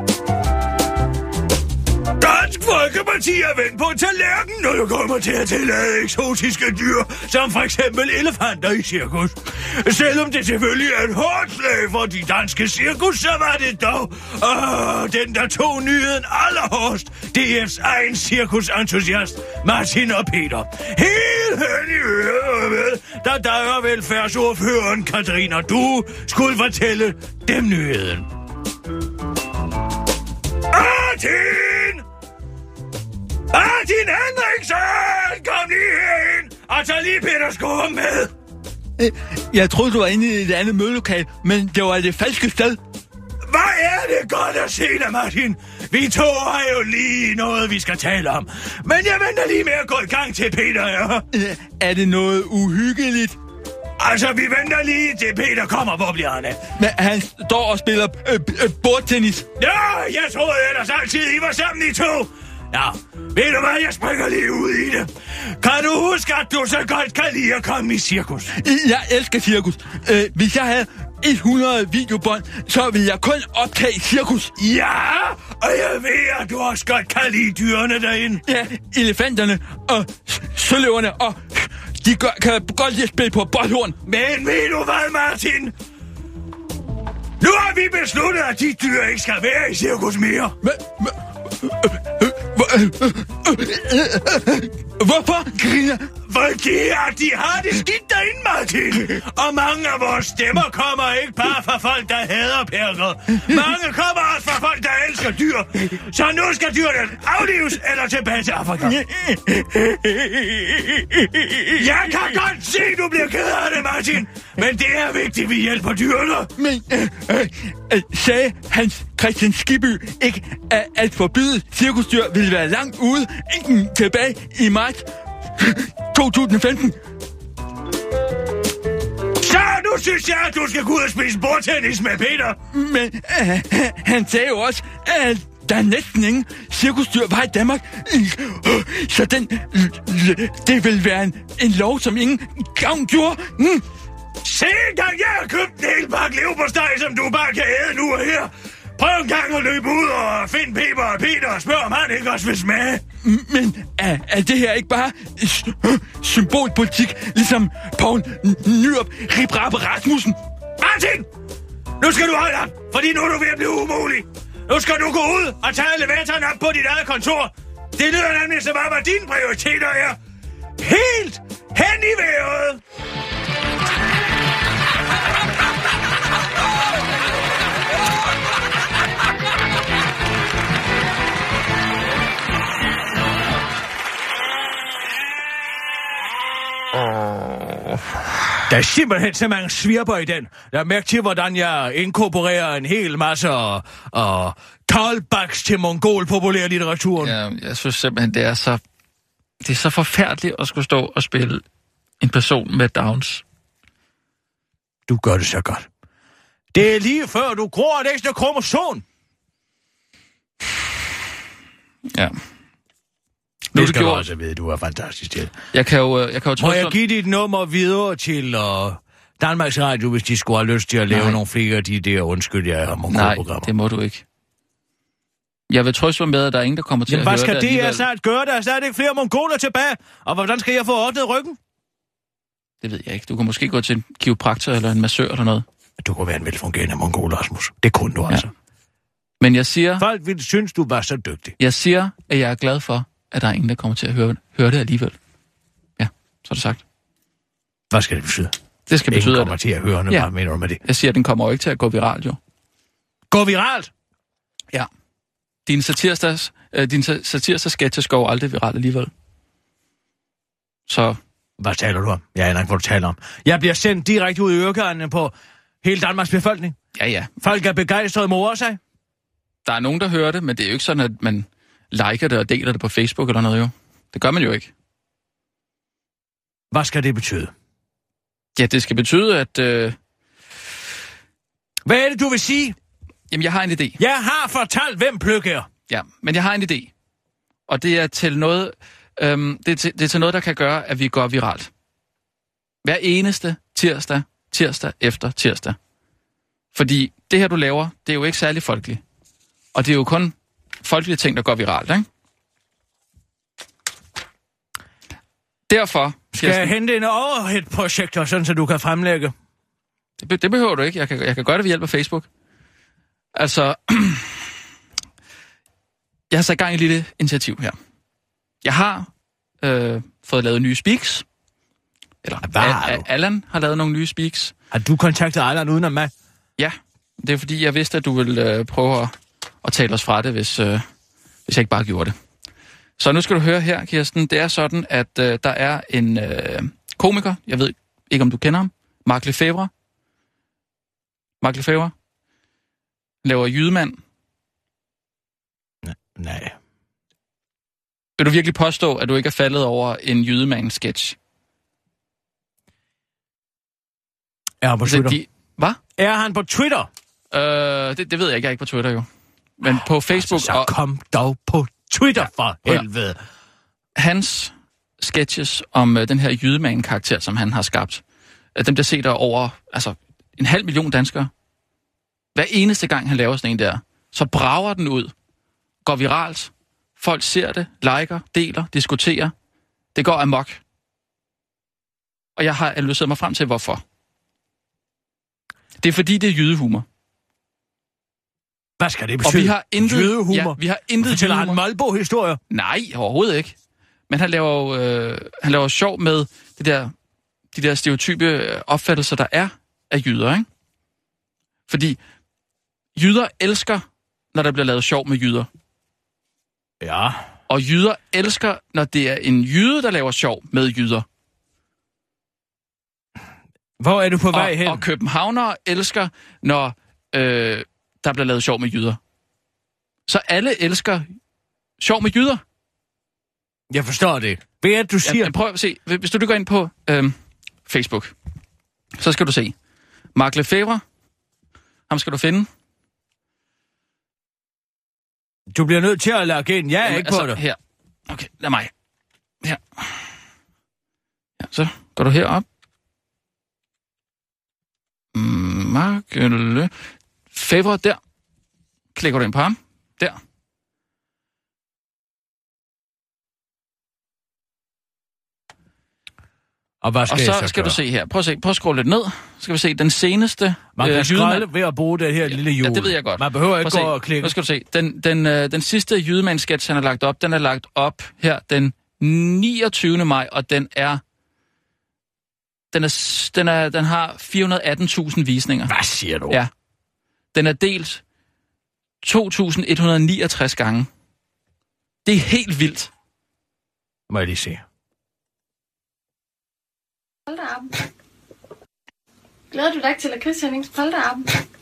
Dansk Folkeparti er vendt på tallerken, når det kommer til at tillade eksotiske dyr, som for eksempel elefanter i cirkus. Selvom det selvfølgelig er et hårdt slag for de danske cirkus, så var det dog åh, den, der tog nyheden allerhårdest. D F's egen cirkusentusiast, Martin og Peter. Helt hen i øret, da dig og velfærdsordføreren Katarina Du skulle fortælle dem nyheden. Martin! Martin Henriksen! Kom lige herind, og tag lige Peter Skåre med.
Jeg troede, du var inde i et andet mødelokal, men det var det falske sted.
Hvad er det godt at se dig, Martin? Vi to har jo lige noget, vi skal tale om. Men jeg venter lige med at gå i gang til Peter, ja.
Øh, er det noget uhyggeligt?
Altså, vi venter lige til Peter kommer. Hvor bliver han af?
Men han står og spiller øh, øh, bordtennis.
Ja, jeg troede ellers altid, I var sammen i to. Ja, ved du hvad, jeg springer lige ud i det. Kan du huske, at du så godt kan lide at komme i cirkus?
Jeg elsker cirkus. Øh, hvis jeg havde hundrede videobånd, så ville jeg kun optage cirkus.
Ja, og jeg ved, at du også godt kan lide dyrene derinde.
Ja, elefanterne og søløverne, og de gør, kan godt lide at spille på boldhorn.
Men ved du hvad, Martin? Nu har vi besluttet, at de dyr ikke skal være i cirkus mere.
Men, men, hvorfor, Griner?
Fordi at de har det skidt derinde, Martin. Og mange af vores stemmer kommer ikke bare fra folk, der hader perker. Mange kommer også fra folk, der elsker dyr. Så nu skal dyrene aflives eller tilbage til Afrika. Jeg kan godt se, du bliver ked af det, Martin. Men det er vigtigt, vi hjælper dyrene.
Men øh, øh, øh, sagde Hans Christian Skibby ikke, at at forbyde cirkusdyr ville være langt ude, ikke tilbage i marts to tusind og femten?
nu synes jeg, at du skal gå ud og spise bordtennis med Peter.
Men øh, han sagde jo også, at der er næsten ingen cirkusdyr var i Danmark. Så den, det vil være en, en lov, som ingen gang gjorde. Mm.
Se engang, jeg har købt en hel pakke leverpostej, som du bare kan æde nu og her. Prøv en gang at løbe ud og finde Peber og Peter og spørg, om han ikke også vil smage.
Men er, er det her ikke bare symbolpolitik, ligesom Poul Nyrup Ribrabe Rasmussen?
Martin! Nu skal du holde op, fordi nu er du ved at blive umulig. Nu skal du gå ud og tage elevatoren op på dit eget kontor. Det lyder nemlig som om, at dine prioriteter er helt hen i vejret. Oh. Der er simpelthen så mange svirper i den. Jeg har mærket til, hvordan jeg inkorporerer en hel masse og, og callbacks til mongol-populær litteraturen.
Ja, jeg synes simpelthen, det er så, det er så forfærdeligt at skulle stå og spille en person med Downs.
Du gør det så godt. Det er lige før, du gror et ekstra kromosom.
Ja.
Det skal du også vide, du er fantastisk til.
Jeg kan jo, jeg kan jo
Må jeg give dit nummer videre til uh, Danmarks Radio, hvis de skulle have lyst til at lave
Nej.
nogle flere af de der undskyld, jeg har mongolprogrammer?
Nej, det må du ikke. Jeg vil trøste mig med, at der er ingen, der kommer til
Jamen,
at høre det
hvad skal det
alligevel.
her snart gøre? Der er snart ikke flere mongoler tilbage. Og hvordan skal jeg få ordnet ryggen?
Det ved jeg ikke. Du kan måske gå til en kiropraktor eller en massør eller noget.
Du kunne være en velfungerende mongol, Rasmus. Det kunne du altså.
Ja. Men jeg siger...
Folk ville synes, du var så dygtig.
Jeg siger, at jeg er glad for, at der er ingen, der kommer til at høre, høre det alligevel. Ja, så er det sagt.
Hvad skal det betyde?
Det skal
ingen
betyde,
kommer at... til at høre noget,
ja.
Hvad mener du med det?
Jeg siger, at den kommer jo ikke til at gå viralt, jo.
Gå viralt?
Ja. Din satirsdags, øh, din satirsdags sketches går aldrig viralt alligevel. Så...
Hvad taler du om? Jeg aner ikke, hvad du taler om. Jeg bliver sendt direkte ud i ørkenen på hele Danmarks befolkning.
Ja, ja.
Folk er begejstrede morer sig.
Der er nogen, der hører det, men det er jo ikke sådan, at man liker det og deler det på Facebook eller noget, jo. Det gør man jo ikke.
Hvad skal det betyde?
Ja, det skal betyde, at... Øh...
Hvad er det, du vil sige?
Jamen, jeg har en idé.
Jeg har fortalt, hvem Pløk er.
Ja, men jeg har en idé. Og det er til noget... Øhm, det, er til, det er til noget, der kan gøre, at vi går viralt. Hver eneste tirsdag, tirsdag efter tirsdag. Fordi det her, du laver, det er jo ikke særlig folkeligt. Og det er jo kun folkelige ting, der går viralt, ikke? Derfor...
Skal jeg hente en overhead-projektor, sådan så du kan fremlægge?
Det, be- det behøver du ikke. Jeg kan, jeg kan gøre det ved hjælp af Facebook. Altså... jeg har sat gang i et lille initiativ her. Jeg har øh, fået lavet nye speaks. Eller
Al-
Al- Allan har lavet nogle nye speaks.
Har du kontaktet Allan uden om mig?
Ja, det er fordi, jeg vidste, at du ville øh, prøve at, at tale os fra det, hvis, øh, hvis jeg ikke bare gjorde det. Så nu skal du høre her, Kirsten. Det er sådan, at øh, der er en øh, komiker, jeg ved ikke, om du kender ham, Mark Lefebvre. Mark Lefebvre laver Jydemand.
Nej.
Vil du virkelig påstå, at du ikke er faldet over en Jydemand-sketch?
Er han på Twitter?
De... Hvad?
Er han på Twitter?
Øh, det, det ved jeg ikke. Jeg er ikke på Twitter, jo. Men på Facebook...
Altså, så kom dog på Twitter, for
Ja.
helvede.
Hans sketches om øh, den her Jydemand-karakter, som han har skabt, øh, dem der set der over altså, en halv million danskere. Hver eneste gang, han laver sådan en der, så brager den ud, går viralt, folk ser det, liker, deler, diskuterer. Det går amok. Og jeg har analyseret mig frem til, hvorfor. Det er fordi, det er jydehumor.
Hvad skal det betyde?
Og vi har intet...
Jydehumor?
Ja, vi har intet
Fortæller
jydehumor.
han Malbo-historier?
Nej, overhovedet ikke. Men han laver jo øh, han laver sjov med det der, de der stereotype opfattelser, der er af jyder, ikke? Fordi jyder elsker, når der bliver lavet sjov med jyder.
Ja.
Og jyder elsker, når det er en jyde, der laver sjov med jyder.
Hvor er du på vej
Og,
hen?
og københavnere elsker, når øh, der bliver lavet sjov med jyder. Så alle elsker sjov med jyder.
Jeg forstår det. Hvad er det, du siger?
Ja, prøv at se. Hvis du går ind på øh, Facebook, så skal du se. Mark Lefebvre. Ham skal du finde.
Du bliver nødt til at lage ind. Jeg er
Jamen,
ikke
altså,
på det.
Her. Okay, lad mig. Her. Ja, så går du herop. Mark Lefebvre, der. Klikker du ind på ham. Der.
Og hvad skal,
og så,
så
skal
gøre?
du se her. Prøv at, se. Prøv at scrolle lidt ned. Så skal vi se den seneste...
Man kan
øh,
skralde ved at bruge det her lille hjul.
Ja, det ved jeg godt.
Man behøver ikke
gå
og klikke.
Nu skal du se. Den, den, øh, den sidste Jydemandssketch, han har lagt op, den er lagt op her den niogtyvende maj, og den er... Den, er, den, er, den har fire hundrede og atten tusind visninger.
Hvad siger du?
Ja. Den er delt to tusind et hundrede og niogtres gange. Det er helt vildt.
Må jeg lige se.
Hold da op. Glæder du dig ikke til at kysse, Henning? Hold da op.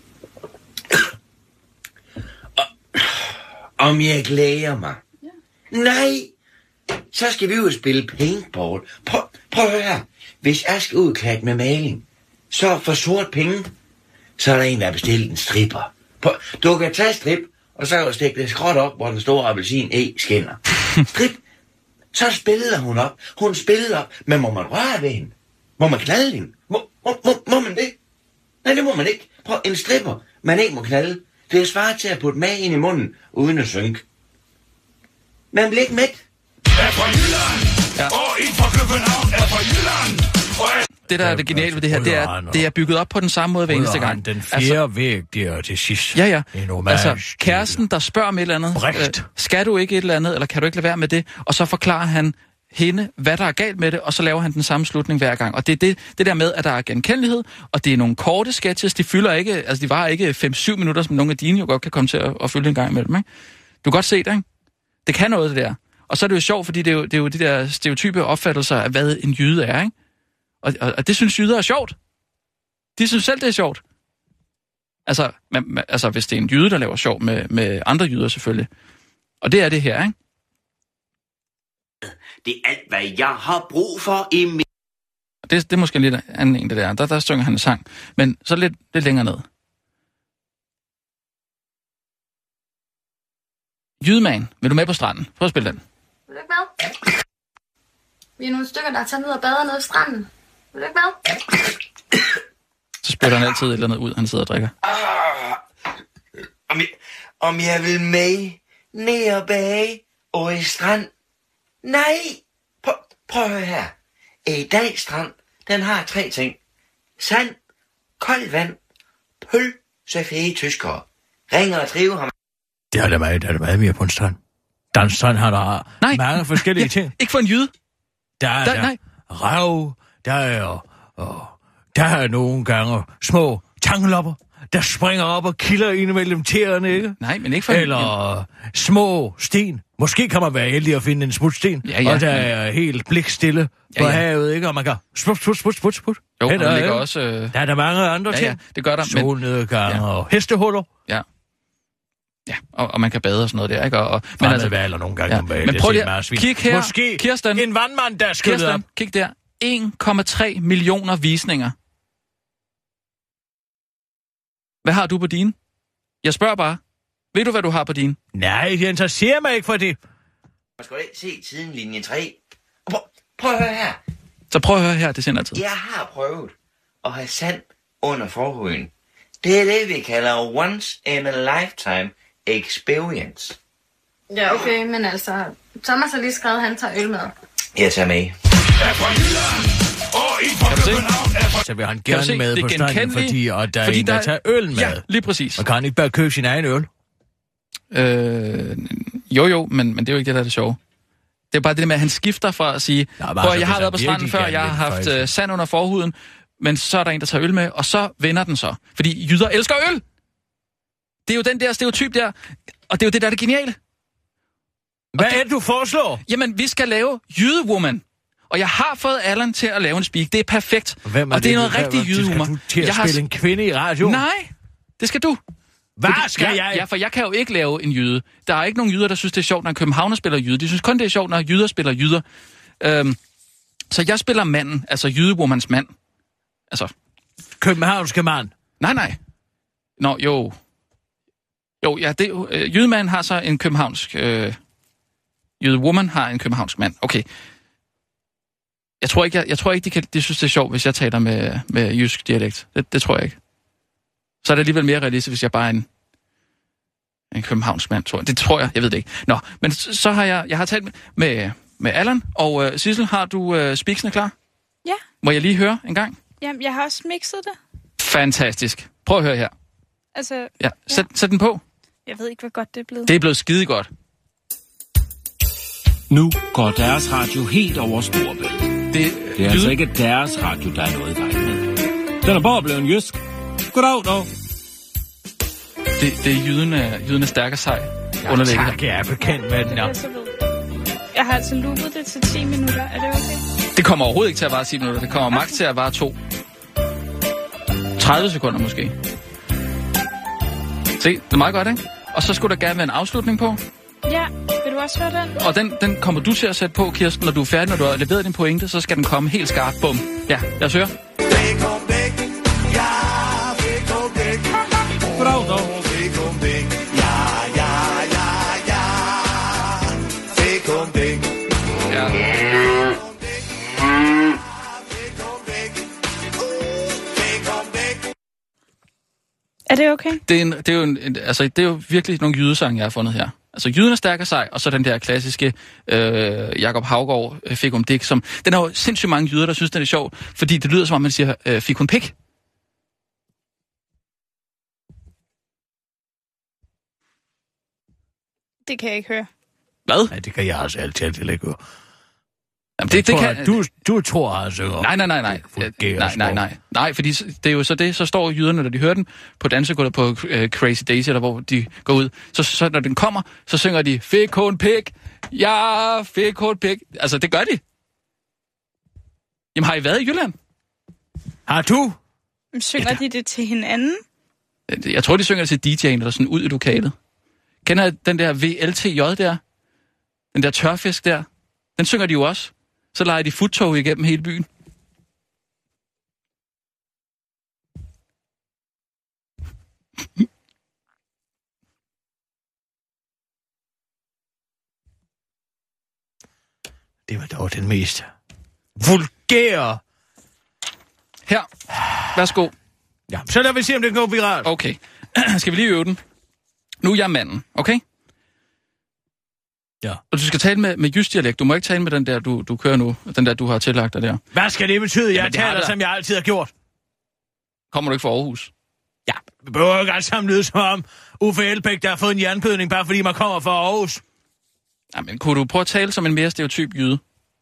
Om jeg glæder mig? Ja. Nej, så skal vi jo spille paintball. Prøv, prøv at høre her. Hvis jeg skal udklædt med maling, så for sort penge, så er der en, der har bestilt en stripper. Prøv, du kan tage strip, og så kan du stikke det skråt op, hvor den store appelsin E skinner. Strip, så spiller hun op. Hun spiller op, men må man røre ved hende? Må man knalde hende? Må, må, må, må man det? Nej, det må man ikke. Prøv, en stripper, man ikke må knalde. Det er svaret til at putte mag ind i munden, uden at synke. Man bliver ikke mæt.
Er fra Jylland, ja. Og en fra København er fra Jylland.
Det, der er det geniale ved det her, det er, det er bygget op på den samme måde hver eneste gang.
Den fjerde altså, væg der til sidst.
Ja, ja. Altså,
stil.
kæresten, der spørger om et eller andet.
Brecht.
Øh, skal du ikke et eller andet, eller kan du ikke lade være med det? Og så forklarer han hende, hvad der er galt med det, og så laver han den samme slutning hver gang. Og det er det, det der med, at der er genkendelighed, og det er nogle korte sketches, de fylder ikke, altså de varer ikke fem til syv minutter, som nogle af dine jo godt kan komme til at, at fylde en gang imellem, ikke? Du kan godt se det, ikke? Det kan noget, det der. Og så er det jo sjovt, fordi det er jo, det er jo de der stereotype opfattelser af, hvad en jyde er, ikke? Og, og, og det synes jyder er sjovt. De synes selv, det er sjovt. Altså, man, man, altså hvis det er en jyde, der laver sjov med, med andre jyder selvfølgelig. Og det er det her, ikke?
Det er alt, hvad jeg har brug for i min...
Det, det er måske lidt anden en, det der. Der, der synger han en sang. Men så lidt, lidt længere ned. Jydemand, vil du med på stranden? Prøv at spille den.
Vil du ikke med? Vi er nogle stykker, der tager ned og bader nede ved stranden. Vil du ikke med?
Så spytter han altid et eller andet ud, han sidder og drikker.
Ah, om, jeg, om jeg vil med ned og bage og i strand? Nej! Prøv, prøv at høre her. I dag strand, den har tre ting. Sand, koldt vand, pølse fede tyskere. Ringer og trive ham.
Det har der meget, der er der meget mere på en strand. Der en strand har der
nej,
mange forskellige
ja,
ting.
Ikke for en jyde.
Der er
der,
der
nej.
rav, der er, og, der er nogle gange små tanglopper, der springer op og kilder ind imellem tæerne, ikke?
Nej, men ikke for en...
Eller en... små sten. Måske kan man være heldig at finde en smutsten,
ja, ja,
og der
men...
er helt blikstille på ja, ja. havet, ikke? Og man kan sput, sput, sput, sput, sput.
Jo,
Hen,
der ligger
øh,
også... Øh...
Der er der mange andre
ja,
ting.
Ja, det gør der.
Solnedgang
men... ja.
og hestehuller.
Ja. Ja, og, og man kan bade og sådan noget der, ikke? Og, og,
men altså, eller nogle gange
ja.
bade,
men prøv lige at kig her,
måske
Kirsten,
en vandmand, der skyllet op.
Kig der, en komma tre millioner visninger. Hvad har du på din? Jeg spørger bare. Ved du, hvad du har på din?
Nej, det interesserer mig ikke for det.
Man skal ikke se tiden linje tre. Prøv, prøv at høre her.
Så prøv at høre her, det sender tid.
Jeg har prøvet at have sand under forhuden. Det er det, vi kalder once in a lifetime experience.
Ja, okay, men altså, Thomas har lige skrevet, at han tager øl med.
Jeg tager med.
Så vil han gerne med på stranden, fordi og der
fordi
er en, der, der tager øl med.
Ja, lige præcis.
Og kan han ikke bare købe sin egen øl?
Øh, jo, jo, men, men det er jo ikke det, der er det sjove. Det er bare det der med, at han skifter fra at sige,
Nå,
prøv,
altså,
jeg har været på stranden før, jeg har haft uh, sand under forhuden, men så er der en, der tager øl med, og så vender den så. Fordi jyder elsker øl! Det er jo den der stereotyp der, og det er jo det, der er det geniale.
Hvad er det, du foreslår?
Jamen, vi skal lave Jydewoman. Og jeg har fået Allan til at lave en speak. Det er perfekt.
Hvem er
og det er noget
Hvem
rigtig jydehumor.
Skal du til at
jeg
spille
har...
en kvinde i radio?
Nej, det skal du.
Hvad
Fordi,
skal
ja,
jeg?
Ja, for jeg kan jo ikke lave en jyde. Der er ikke nogen jyder, der synes, det er sjovt, når københavner spiller jyde. De synes kun, det er sjovt, når jyder spiller jyder. Øhm, så jeg spiller manden, altså jydewomans mand. Altså,
københavnske mand.
Nej, nej. Nå, jo. Jo, ja, det, øh, jydemand har så en københavnsk... Øh, jydewoman har en københavnsk mand. Okay. Jeg tror ikke, jeg, jeg tror ikke de, kan, de synes, det er sjovt, hvis jeg taler med, med jysk dialekt. Det, det tror jeg ikke. Så er det alligevel mere realistisk, hvis jeg bare er en, en københavnsk mand, tror jeg. Det tror jeg, jeg ved det ikke. Nå, men så, så har jeg, jeg har talt med, med Allan, og uh, Sissel, har du uh, spiksene klar?
Ja.
Må jeg lige høre en gang?
Jamen, jeg har også mixet det.
Fantastisk. Prøv at høre her.
Altså...
Ja, sæt, ja. sæt den på.
Jeg ved ikke, hvor godt det er blevet.
Det er blevet skide godt.
Nu går deres radio helt over Storebælt.
Det,
det er altså ikke deres radio, der er noget i vejen med. Den er bare blevet jysk. Goddag, dog.
Det, det er jydene, jydene stærk og sej.
Ja, tak, jeg er bekendt med den, ja.
Jeg har altså loopet det til ti minutter. Er det okay?
Det kommer overhovedet ikke til at vare ti minutter. Det kommer okay. maks til at vare to. tredive sekunder måske. Se, det er meget godt, ikke? Og så skulle der gerne være en afslutning på.
Ja, vil du også høre den?
Og den, den kommer du til at sætte på, Kirsten, når du er færdig, når du har leveret din pointe, så skal den komme helt skarpt. Bum. Ja, lad os høre.
Goddag, dog.
Er det okay?
Det er, en, det er jo en, altså det er jo virkelig nogle jydesange, jeg har fundet her. Altså jyden er stærk og sej, og så den der klassiske øh, Jakob Haugaard øh, Fik hun Dick, som den er jo sindssygt mange jyder, der synes den er sjov, fordi det lyder som om man siger øh, Fik hun pik.
Det kan jeg ikke høre.
Hvad?
Nej, det kan jeg altså altid ikke høre.
Jamen, det, det
tror,
kan...
du, du tror altså...
Nej, nej, nej, nej. Nej, nej, nej. Nej, fordi det er jo så det, så står jyderne, når de hører den på dansegulvet på uh, Crazy Daisy, eller hvor de går ud. Så, så når den kommer, så synger de, fik hun pik, ja, fik hun pik. Altså, det gør de. Jamen, har I været i Jylland?
Har du?
Synger ja, de det til hinanden?
Jeg tror, de synger det til D J'en, eller sådan ud i lokalet. Kender I den der V L T J der? Den der tørfisk der? Den synger de jo også. Så leger de futtog igennem hele byen.
Det var dog den mest vulgære.
Her. Værsgo.
Ja, så lad vi se, om det går viralt.
Okay. Skal vi lige øve den? Nu er jeg manden, okay?
Ja.
Og du skal tale med, med jysk dialekt. Du må ikke tale med den der, du, du kører nu. Den der, du har tillagt dig der.
Hvad skal det betyde? Jeg
Jamen, det
taler, som jeg altid har gjort.
Kommer du ikke fra Aarhus?
Ja, vi behøver jo ikke alt sammen lyde som om Uffe Elbæk, der har fået en jernbødning, bare fordi man kommer fra Aarhus.
Jamen, kunne du prøve at tale som en mere stereotyp jyde?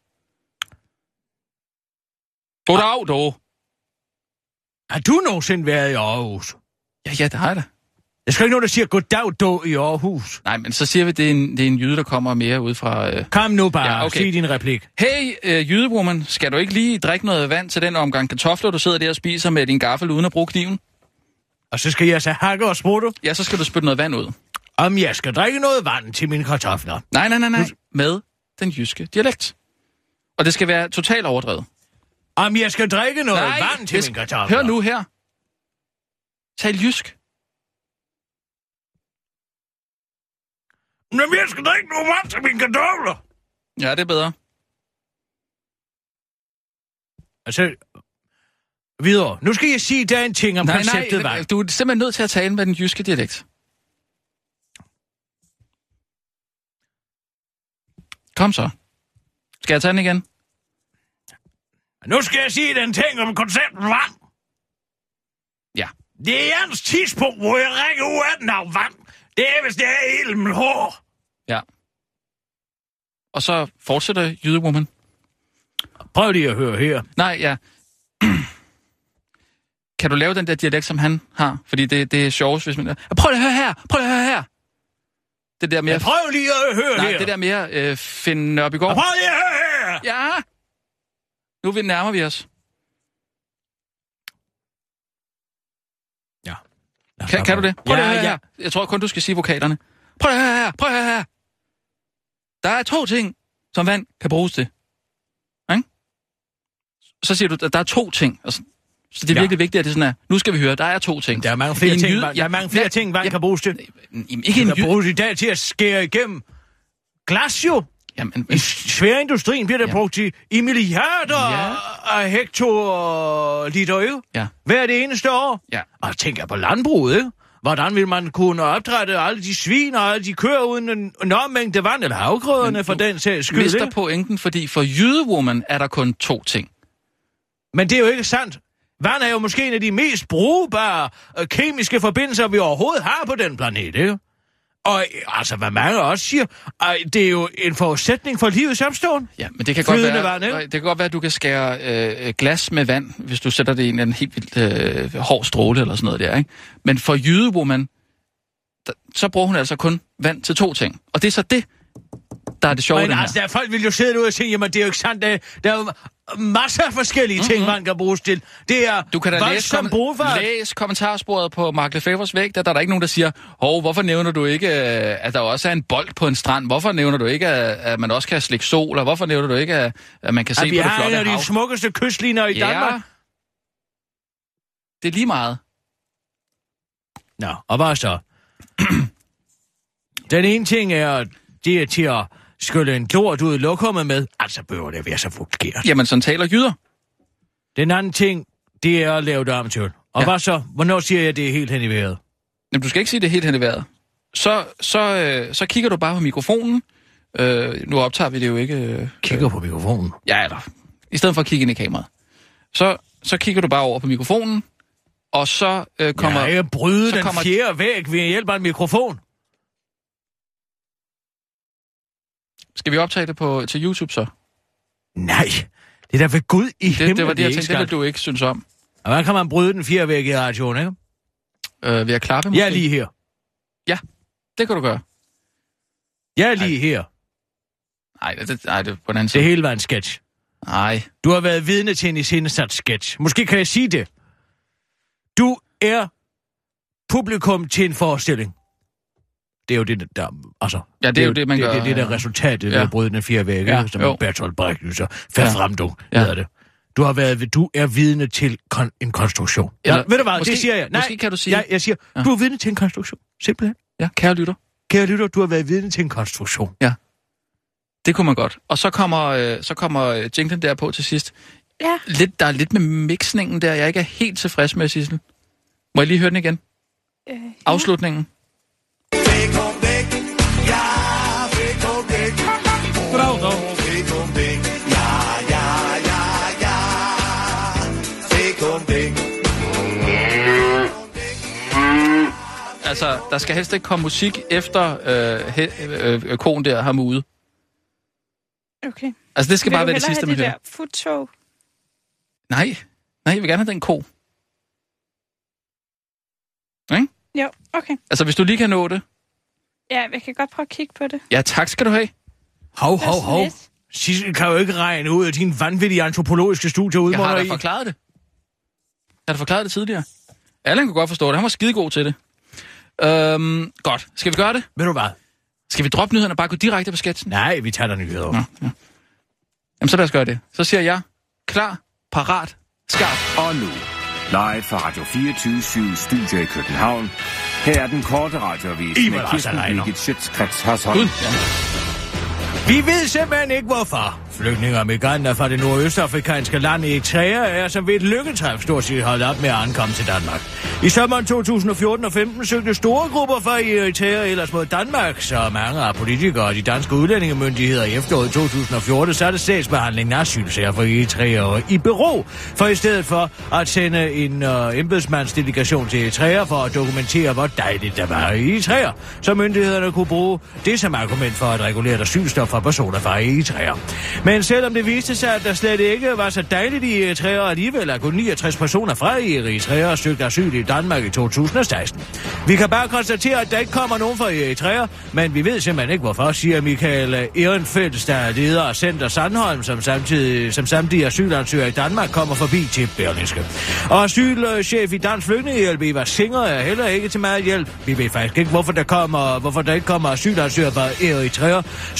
Goddag, dog.
Har du nogensinde været i Aarhus?
Ja, ja, det har jeg da.
Jeg skal ikke nogen, der siger goddag, dog i Aarhus.
Nej, men så siger vi, at det er en, det er en jyde, der kommer mere ud fra... Øh...
Kom nu bare,
ja, okay.
Sig din replik.
Hey, øh, jydewoman, skal du ikke lige drikke noget vand til den omgang kartofler, du sidder der og spiser med din gaffel uden at bruge kniven?
Og så skal jeg så hakke og sprutte?
Ja, så skal du spytte noget vand ud.
Om jeg skal drikke noget vand til mine kartofler?
Nej, nej, nej, nej. Med den jyske dialekt. Og det skal være totalt overdrevet.
Om jeg skal drikke noget
nej,
vand til mine kartofler?
Hør nu her. Tal jysk.
Men jeg skal drikke noget vand til mine kartofler.
Ja, det er bedre.
Altså, videre. Nu skal jeg sige dig en ting om
nej,
konceptet
nej,
vand.
Du er simpelthen nødt til at tale med den jyske dialekt. Kom så. Skal jeg tage den igen?
Nu skal jeg sige den ting om konceptet vand.
Ja.
Det er ens tidspunkt, hvor jeg rækker ud af den af vand. Det er, hvis det er hele mit hår.
Ja. Og så fortsætter jydewoman.
Prøv lige at høre her.
Nej, ja. Kan du lave den der dialekt, som han har? Fordi det, det er sjovt, hvis man... Prøv lige at høre her! Prøv lige at høre her! Det der mere...
Ja, prøv lige at høre
Nej,
her!
Nej, det der mere øh, Finn Nørbegaard.
Prøv lige at høre her!
Ja! Nu vi nærmer vi os.
Ja.
Kan, kan du det? Prøv
ja,
lige at høre
ja.
her. Jeg tror kun, du skal sige vokalerne. Prøv lige at høre her! Prøv lige at høre her! Der er to ting, som vand kan bruges til. Okay? Så siger du, at der er to ting. Altså, Så det er virkelig ja. vigtigt, at det sådan er, nu skal vi høre, der er to ting.
Der er mange flere ting,
jyde,
der er mange flere ja, ting, vand ja, kan bruges til.
Jamen, ikke en
kan bruges i dag til at skære igennem glas jo.
Jamen,
I sværindustrien bliver der ja. brugt i, i milliarder ja. af hektoliter, ikke?
Ja.
Hver det eneste år.
Ja.
Og tænker på landbruget, ikke? Hvordan vil man kunne opdrætte alle de svin og alle de køer uden en enorm mængde vand, eller afgrøderne for den sags skyld,
ikke? Mister pointen, fordi for jydewoman er der kun to ting.
Men det er jo ikke sandt. Vand er jo måske en af de mest brugbare øh, kemiske forbindelser, vi overhovedet har på den planet, ikke? Og altså, hvad mange også siger, øh, det er jo en forudsætning for livets opståen.
Ja, men det kan, godt være,
vand,
det kan godt være, at du kan skære øh, glas med vand, hvis du sætter det i en, en helt vildt øh, hård stråle eller sådan noget der, ikke? Men for jydewoman, der, så bruger hun altså kun vand til to ting. Og det er så det, der er det sjove.
Men altså, der folk vil jo sidde ud og sige, jamen det er jo ikke sandt, der, der er jo masser af forskellige ting, mm-hmm. man kan bruges til. Det er
du kan da læse, kom- læse kommentarsporet på Mark Lefebvres væg, der, der er der ikke nogen, der siger, hov, hvorfor nævner du ikke, at der også er en bold på en strand? Hvorfor nævner du ikke, at man også kan slikke sol? Og hvorfor nævner du ikke, at man kan se
at
på det flotte hav?
Vi har en af de smukkeste kystlinjer i
ja,
Danmark.
Det er lige meget.
Nå, og hvad så? Den ene ting er, det er til at skylle en lort ud i lokummet med, altså bør det være så forkert.
Jamen, sådan taler jyder.
Den anden ting, det er at lave det om til. Og ja. hvad så? Hvornår siger jeg, at det er helt hen i vejret?
Jamen, du skal ikke sige, det er helt hen i vejret. Så, så, øh, så kigger du bare på mikrofonen. Øh, nu optager vi det jo ikke... Øh,
kigger på mikrofonen?
Ja, eller... I stedet for at kigge ind i kameraet. Så, så kigger du bare over på mikrofonen, og så øh, kommer...
Ja, jeg bryder den
kommer...
fjerde væg ved hjælp af en mikrofon.
Skal vi optage det på, til YouTube så?
Nej, det er da ved Gud i himlen.
Det, det var det, jeg tænkte, det vil du ikke synes om.
Og hvordan kan man bryde den fjerde væg i radioen, ikke?
Øh, ved at klappe måske?
Jeg er lige her.
Ja, det kan du gøre.
Jeg er lige Ej. her.
Nej, det, nej, det er på den anden side.
Det hele var en sketch.
Nej.
Du har været vidne til en iscenesat sketch. Måske kan jeg sige det. Du er publikum til en forestilling. Det er jo det, der... Altså,
ja, det, det er jo det, man
det,
gør.
Det er det, der resultatet ja. af at bryde den fjerde væg, ja, som jo. Bertolt Brecht lyser. Verfremdung, ja. hedder det. Du har været... Du er vidne til kon- en konstruktion. Eller, ja, ved du hvad, måske, det siger jeg. Nej,
måske kan du sige...
Jeg, jeg siger, ja. du er vidne til en konstruktion. Simpelthen.
Ja, kære lytter.
Kære lytter, du har været vidne til en konstruktion.
Ja. Det kunne man godt. Og så kommer, øh, så kommer jinglen der på til sidst.
Ja.
Lidt, der er lidt med mixningen der, jeg ikke er helt tilfreds med, Sissel. Må jeg lige høre den igen? Øh, ja. Afslutningen. Altså, der skal helst ikke komme musik efter øh, he, øh, øh, koen der har ude.
Okay.
Altså, det skal
vil
bare være det sidste, man hører.
Vil du hellere have det der futtog?
Nej. Nej, jeg vil gerne have den ko. Ikke?
Jo, okay.
Altså, hvis du lige kan nå det.
Ja, jeg kan godt prøve at kigge på det.
Ja, tak skal du have.
Hov, hov, hov. Sissel kan jo ikke regne ud af din vanvittige antropologiske studie udmunder i.
Jeg har da forklaret det. Jeg har da forklaret det tidligere. Allan kunne godt forstå det. Han var skidegod til det. Øhm, godt. Skal vi gøre det?
Ved du hvad?
Skal vi droppe nyhederne og bare gå direkte på sketchen?
Nej, vi tager der nyheder.
Nå, ja. Jamen, så lad os gøre det. Så siger jeg, klar, parat, skarp.
Og nu, live fra Radio fireogtyve syv Studio i København. Her er den korte radioavis
I
med Kirsten Birgit Schøtzgrads Hørsholm.
Gud, ja.
Vi ved simpelthen ikke, hvorfor. Flygtninge og migranter fra det nordøstafrikanske land Eritrea er som ved et lykketræf stort set holdt op med at ankomme til Danmark. I sommeren to tusind og fjorten og femten søgte store grupper fra Eritrea ellers mod Danmark, så mange af politikere og de danske udlændingemyndigheder i efteråret to tusind og fjorten satte sagsbehandlingen af asylsager for Eritrea i bero, for i stedet for at sende en uh, embedsmandsdelegation til Eritrea for at dokumentere, hvor dejligt der var i Eritrea, så myndighederne kunne bruge det som argument for at regulere asylstop for personer fra Eritrea. Men selvom det viste sig, at der slet ikke var så dejligt i Eritrea, alligevel er kun niogtres personer fra Eritrea søgt asyl i Danmark i to tusind og seksten. Vi kan bare konstatere, at der ikke kommer nogen fra Eritrea, men vi ved simpelthen ikke hvorfor, siger Michael Ehrenfeldt, der er leder af Center Sandholm, som samtidig som samtlige asylansøgere i Danmark kommer forbi til Berlingske. Og asylchef i Dansk Flygtningehjælp, Eva Singer, er heller ikke til meget hjælp. Vi ved faktisk ikke, hvorfor der, kommer, hvorfor der ikke kommer asylansøgere fra Eritrea, så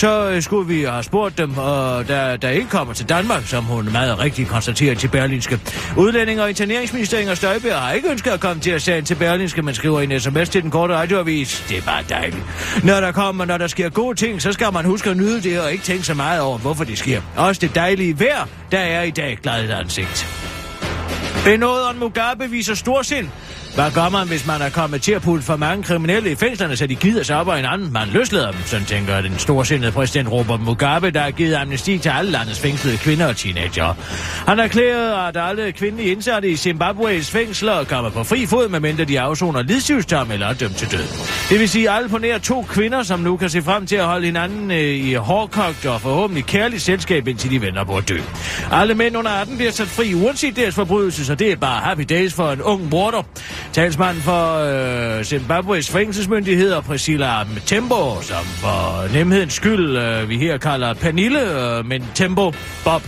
skulle vi have spurgt dem, og der, der ikke kommer til Danmark, som hun meget rigtigt konstaterer til Berlingske. Udlænding og interneringsminister Inger Støjberg har ikke ønsket at komme til at sagen til Berlingske, men skriver en sms til den korte radioavis. Det er bare dejligt. Når der kommer, når der sker gode ting, så skal man huske at nyde det og ikke tænke så meget over, hvorfor det sker. Også det dejlige vejr, der er i dag, gladet ansigt. Benåderen Mugabe viser storsind. Hvad gør man, hvis man er kommet til at putte for mange kriminelle i fængslerne, så de gider sig op og en anden man løslader dem? Sådan tænker den storsindede præsident Robert Mugabe, der har givet amnesti til alle landets fængslede kvinder og teenager. Han erklærede, at alle kvindelige indsatte i Zimbabwe's fængsler kommer på fri fod, medmindre de afsoner livsstilsdom eller er dømt til død. Det vil sige alle på nær to kvinder, som nu kan se frem til at holde hinanden i hårdkogt og forhåbentlig kærligt selskab, indtil de vender på at dø. Alle mænd under atten bliver sat fri uanset deres forbrydelse, så det er bare happy days for en ung morder. Talsmanden for øh, Zimbabwe's fængselsmyndigheder, Priscilla Mthembu, som for nemhedens skyld øh, vi her kalder Pernille, øh, men Tembo Bob.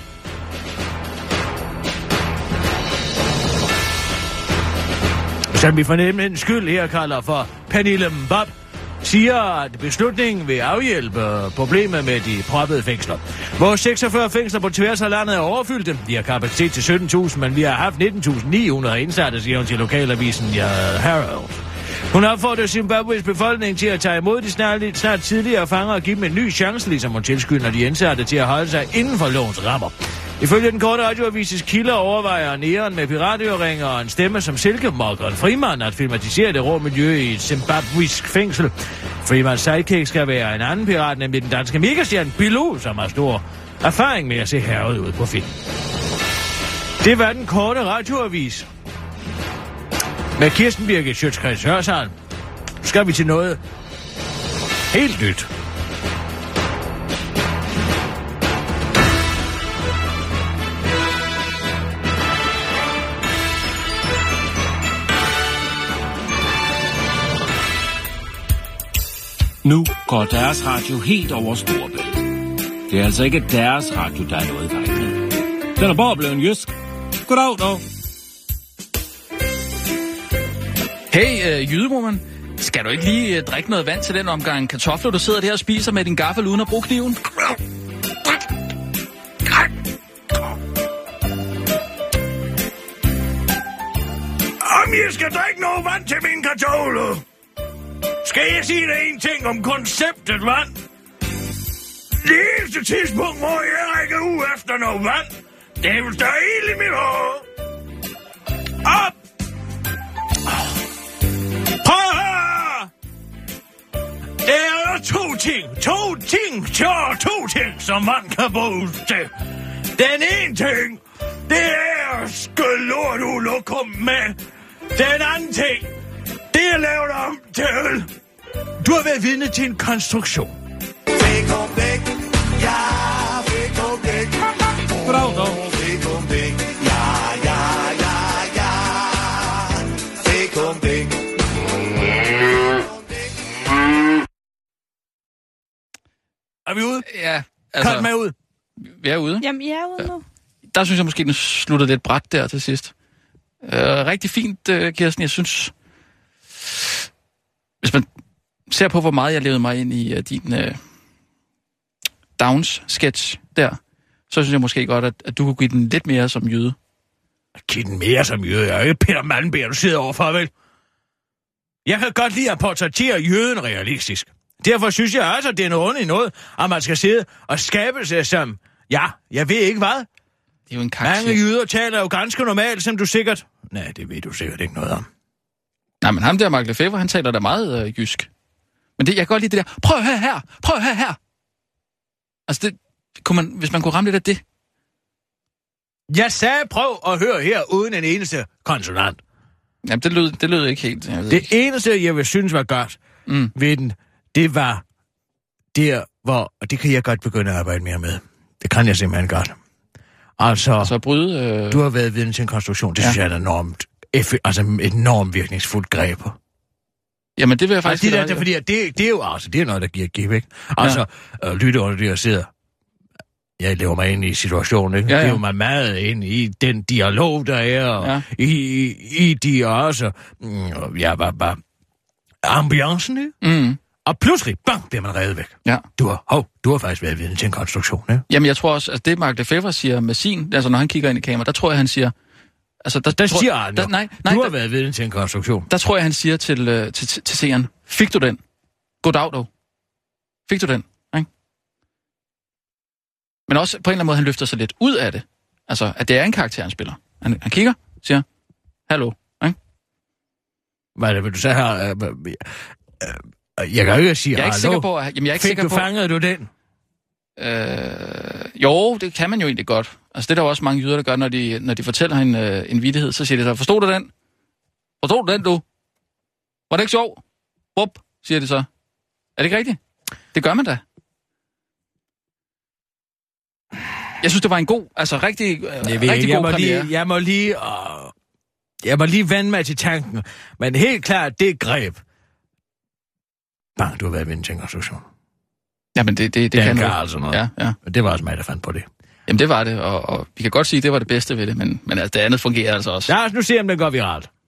Som vi for nemhedens skyld her kalder for Pernille Bob, siger, at beslutningen vil afhjælpe problemet med de proppede fængsler. Vores seksogfyrre fængsler på tværs af landet er overfyldte. De har kapacitet til sytten tusind, men vi har haft nitten tusind ni hundrede indsatte, siger hun til lokalavisen Herald. Hun opfordrer Zimbabwe's befolkning til at tage imod de snart, snart tidligere fanger og give dem en ny chance, ligesom hun tilskynder de indsatte til at holde sig inden for lovens rammer. Ifølge den korte radioavises kilder overvejer Neon med piratøringer og en stemme som Silkemokkeren Frimand at filmatisere det rå miljø i et zimbabwisk fængsel. Frimands sidekick skal være en anden pirat, nemlig den danske megastjerne Bilou, som har stor erfaring med at se herret ud på film. Det var den korte radioavis. Med Kirsten Birgit Schøtz-Krets Hørsholm skal vi til noget helt nyt.
Nu går deres radio helt over Storebælt. Det er altså ikke deres radio, der er noget i vejen med. Den er bare blevet en jysk. Goddag, dog.
Hey, øh, jydebrormand. Skal du ikke lige øh, drikke noget vand til den omgang kartofler, du sidder der og spiser med din gaffel uden at bruge kniven?
Om jeg skal drikke noget vand til mine kartofler? Skal jeg sige dig en ting om konceptet vand? Det eneste tidspunkt, hvor jeg rækker ud efter noget vand, det er, hvis der er ild i mit hår. Op! Prøv her! Der er to ting, to ting, tjør, to ting, som vand kan bruges til. Den ene ting, det er skød lort ud lokum med. Den anden ting, det er lavet om til øl. Du har været vidne til en konstruktion. Fik om dæk, ja, fik om dæk. Goddag, dog. Fik om dæk, ja, ja, ja, ja. Fik om dæk. Er vi ude?
Ja. Altså,
Kom med ud.
Vi er ude.
Jamen, I er ude nu.
Der synes jeg måske, den sluttede lidt bræt der til sidst. Uh, rigtig fint, uh, Kirsten. Jeg synes, hvis man ser på, hvor meget jeg levede mig ind i uh, din uh, Downs-sketch der, så synes jeg måske godt, at, at du kunne give den lidt mere som jøde.
Giv den mere som jøde? Jeg er ikke Peter Malmberg, du sidder overfor, vel? Jeg kan godt lide at portrættere jøden realistisk. Derfor synes jeg også, at det er noget ondt i noget, at man skal sidde og skabe sig som, ja, jeg ved ikke hvad.
Det er jo en karakter.
Mange jøder taler jo ganske normalt, som du sikkert... Nej, det ved du sikkert ikke noget om.
Nej, men ham der, Mark Lefebvre, han taler da meget øh, jysk. Men det, jeg kan godt lide det der, prøv at høre her, prøv at høre her. Altså, det, kunne man, hvis man kunne ramme lidt af det.
Jeg sagde, prøv at høre her, uden en eneste konsonant.
Jamen, det lød, det lød ikke helt.
Det
ikke.
eneste, jeg vil synes var godt mm. ved den, det var der, hvor... Og det kan jeg godt begynde at arbejde mere med. Det kan jeg simpelthen godt. Altså,
altså bryde, øh...
du har været vidne til en konstruktion. Det ja. synes jeg er enormt, altså et enormt virkningsfuldt greb.
Jamen, det vil jeg faktisk...
Altså, det, der, det, fordi, det, det er jo altså, det er noget, der giver give, ikke? Altså, ja. øh, lytte under det, og sidder... Jeg lever mig ind i situationen, ikke? Ja, ja. Jeg lever mig meget ind i den dialog, der er, og ja. i, i, i de også... Mm, ja, bare, bare... Ambiancen, ikke?
Mm.
Og pludselig, bang, bliver man revet væk.
Ja.
Du har, hov, du har faktisk været vidne til en konstruktion, ikke?
Jamen, jeg tror også, at det Mark Lefebvre siger med sin, altså når han kigger ind i kameraet, der tror jeg, han siger... Altså, der,
der
tror,
siger han
der, nej, nej,
du har
der,
været vidne til en konstruktion.
Der tror jeg, han siger til, øh, til, til, til seeren, fik du den? Goddag, dog. Fik du den? Ikke? Men også på en eller anden måde, han løfter sig lidt ud af det. Altså, at det er en karakter, han spiller. Han, han kigger, siger, hallo, ikke?
Hvad er det, vil du sige her? Øh, øh, jeg kan jo ikke sige,
jeg er ikke sikker på, at, jamen, jeg er ikke
fik
sikker
du,
på,
fangede du den?
Øh, jo, det kan man jo egentlig godt. Altså, det er der også mange jyder, der gør, når de, når de fortæller en, øh, en vittighed, så siger de så, forstod du den? Forstod du den, du? Var det ikke sjov? Bup, siger de så. Er det ikke rigtigt? Det gør man da. Jeg synes, det var en god, altså rigtig, øh,
jeg
rigtig
jeg
god
må
premiere.
lige, jeg må lige, øh, jeg må lige vende mig til tanken, men helt klart, det greb. Bang, du har været ved en konstruktion.
Jamen, det, det, det
Den
kan
kan
noget.
altså noget.
Ja, ja.
Men det var også mig, der fandt på det.
Jamen, det var det, og, og vi kan godt sige, at det var det bedste ved det, men, men altså, det andet fungerer altså også.
Lad os nu se, om det går viralt.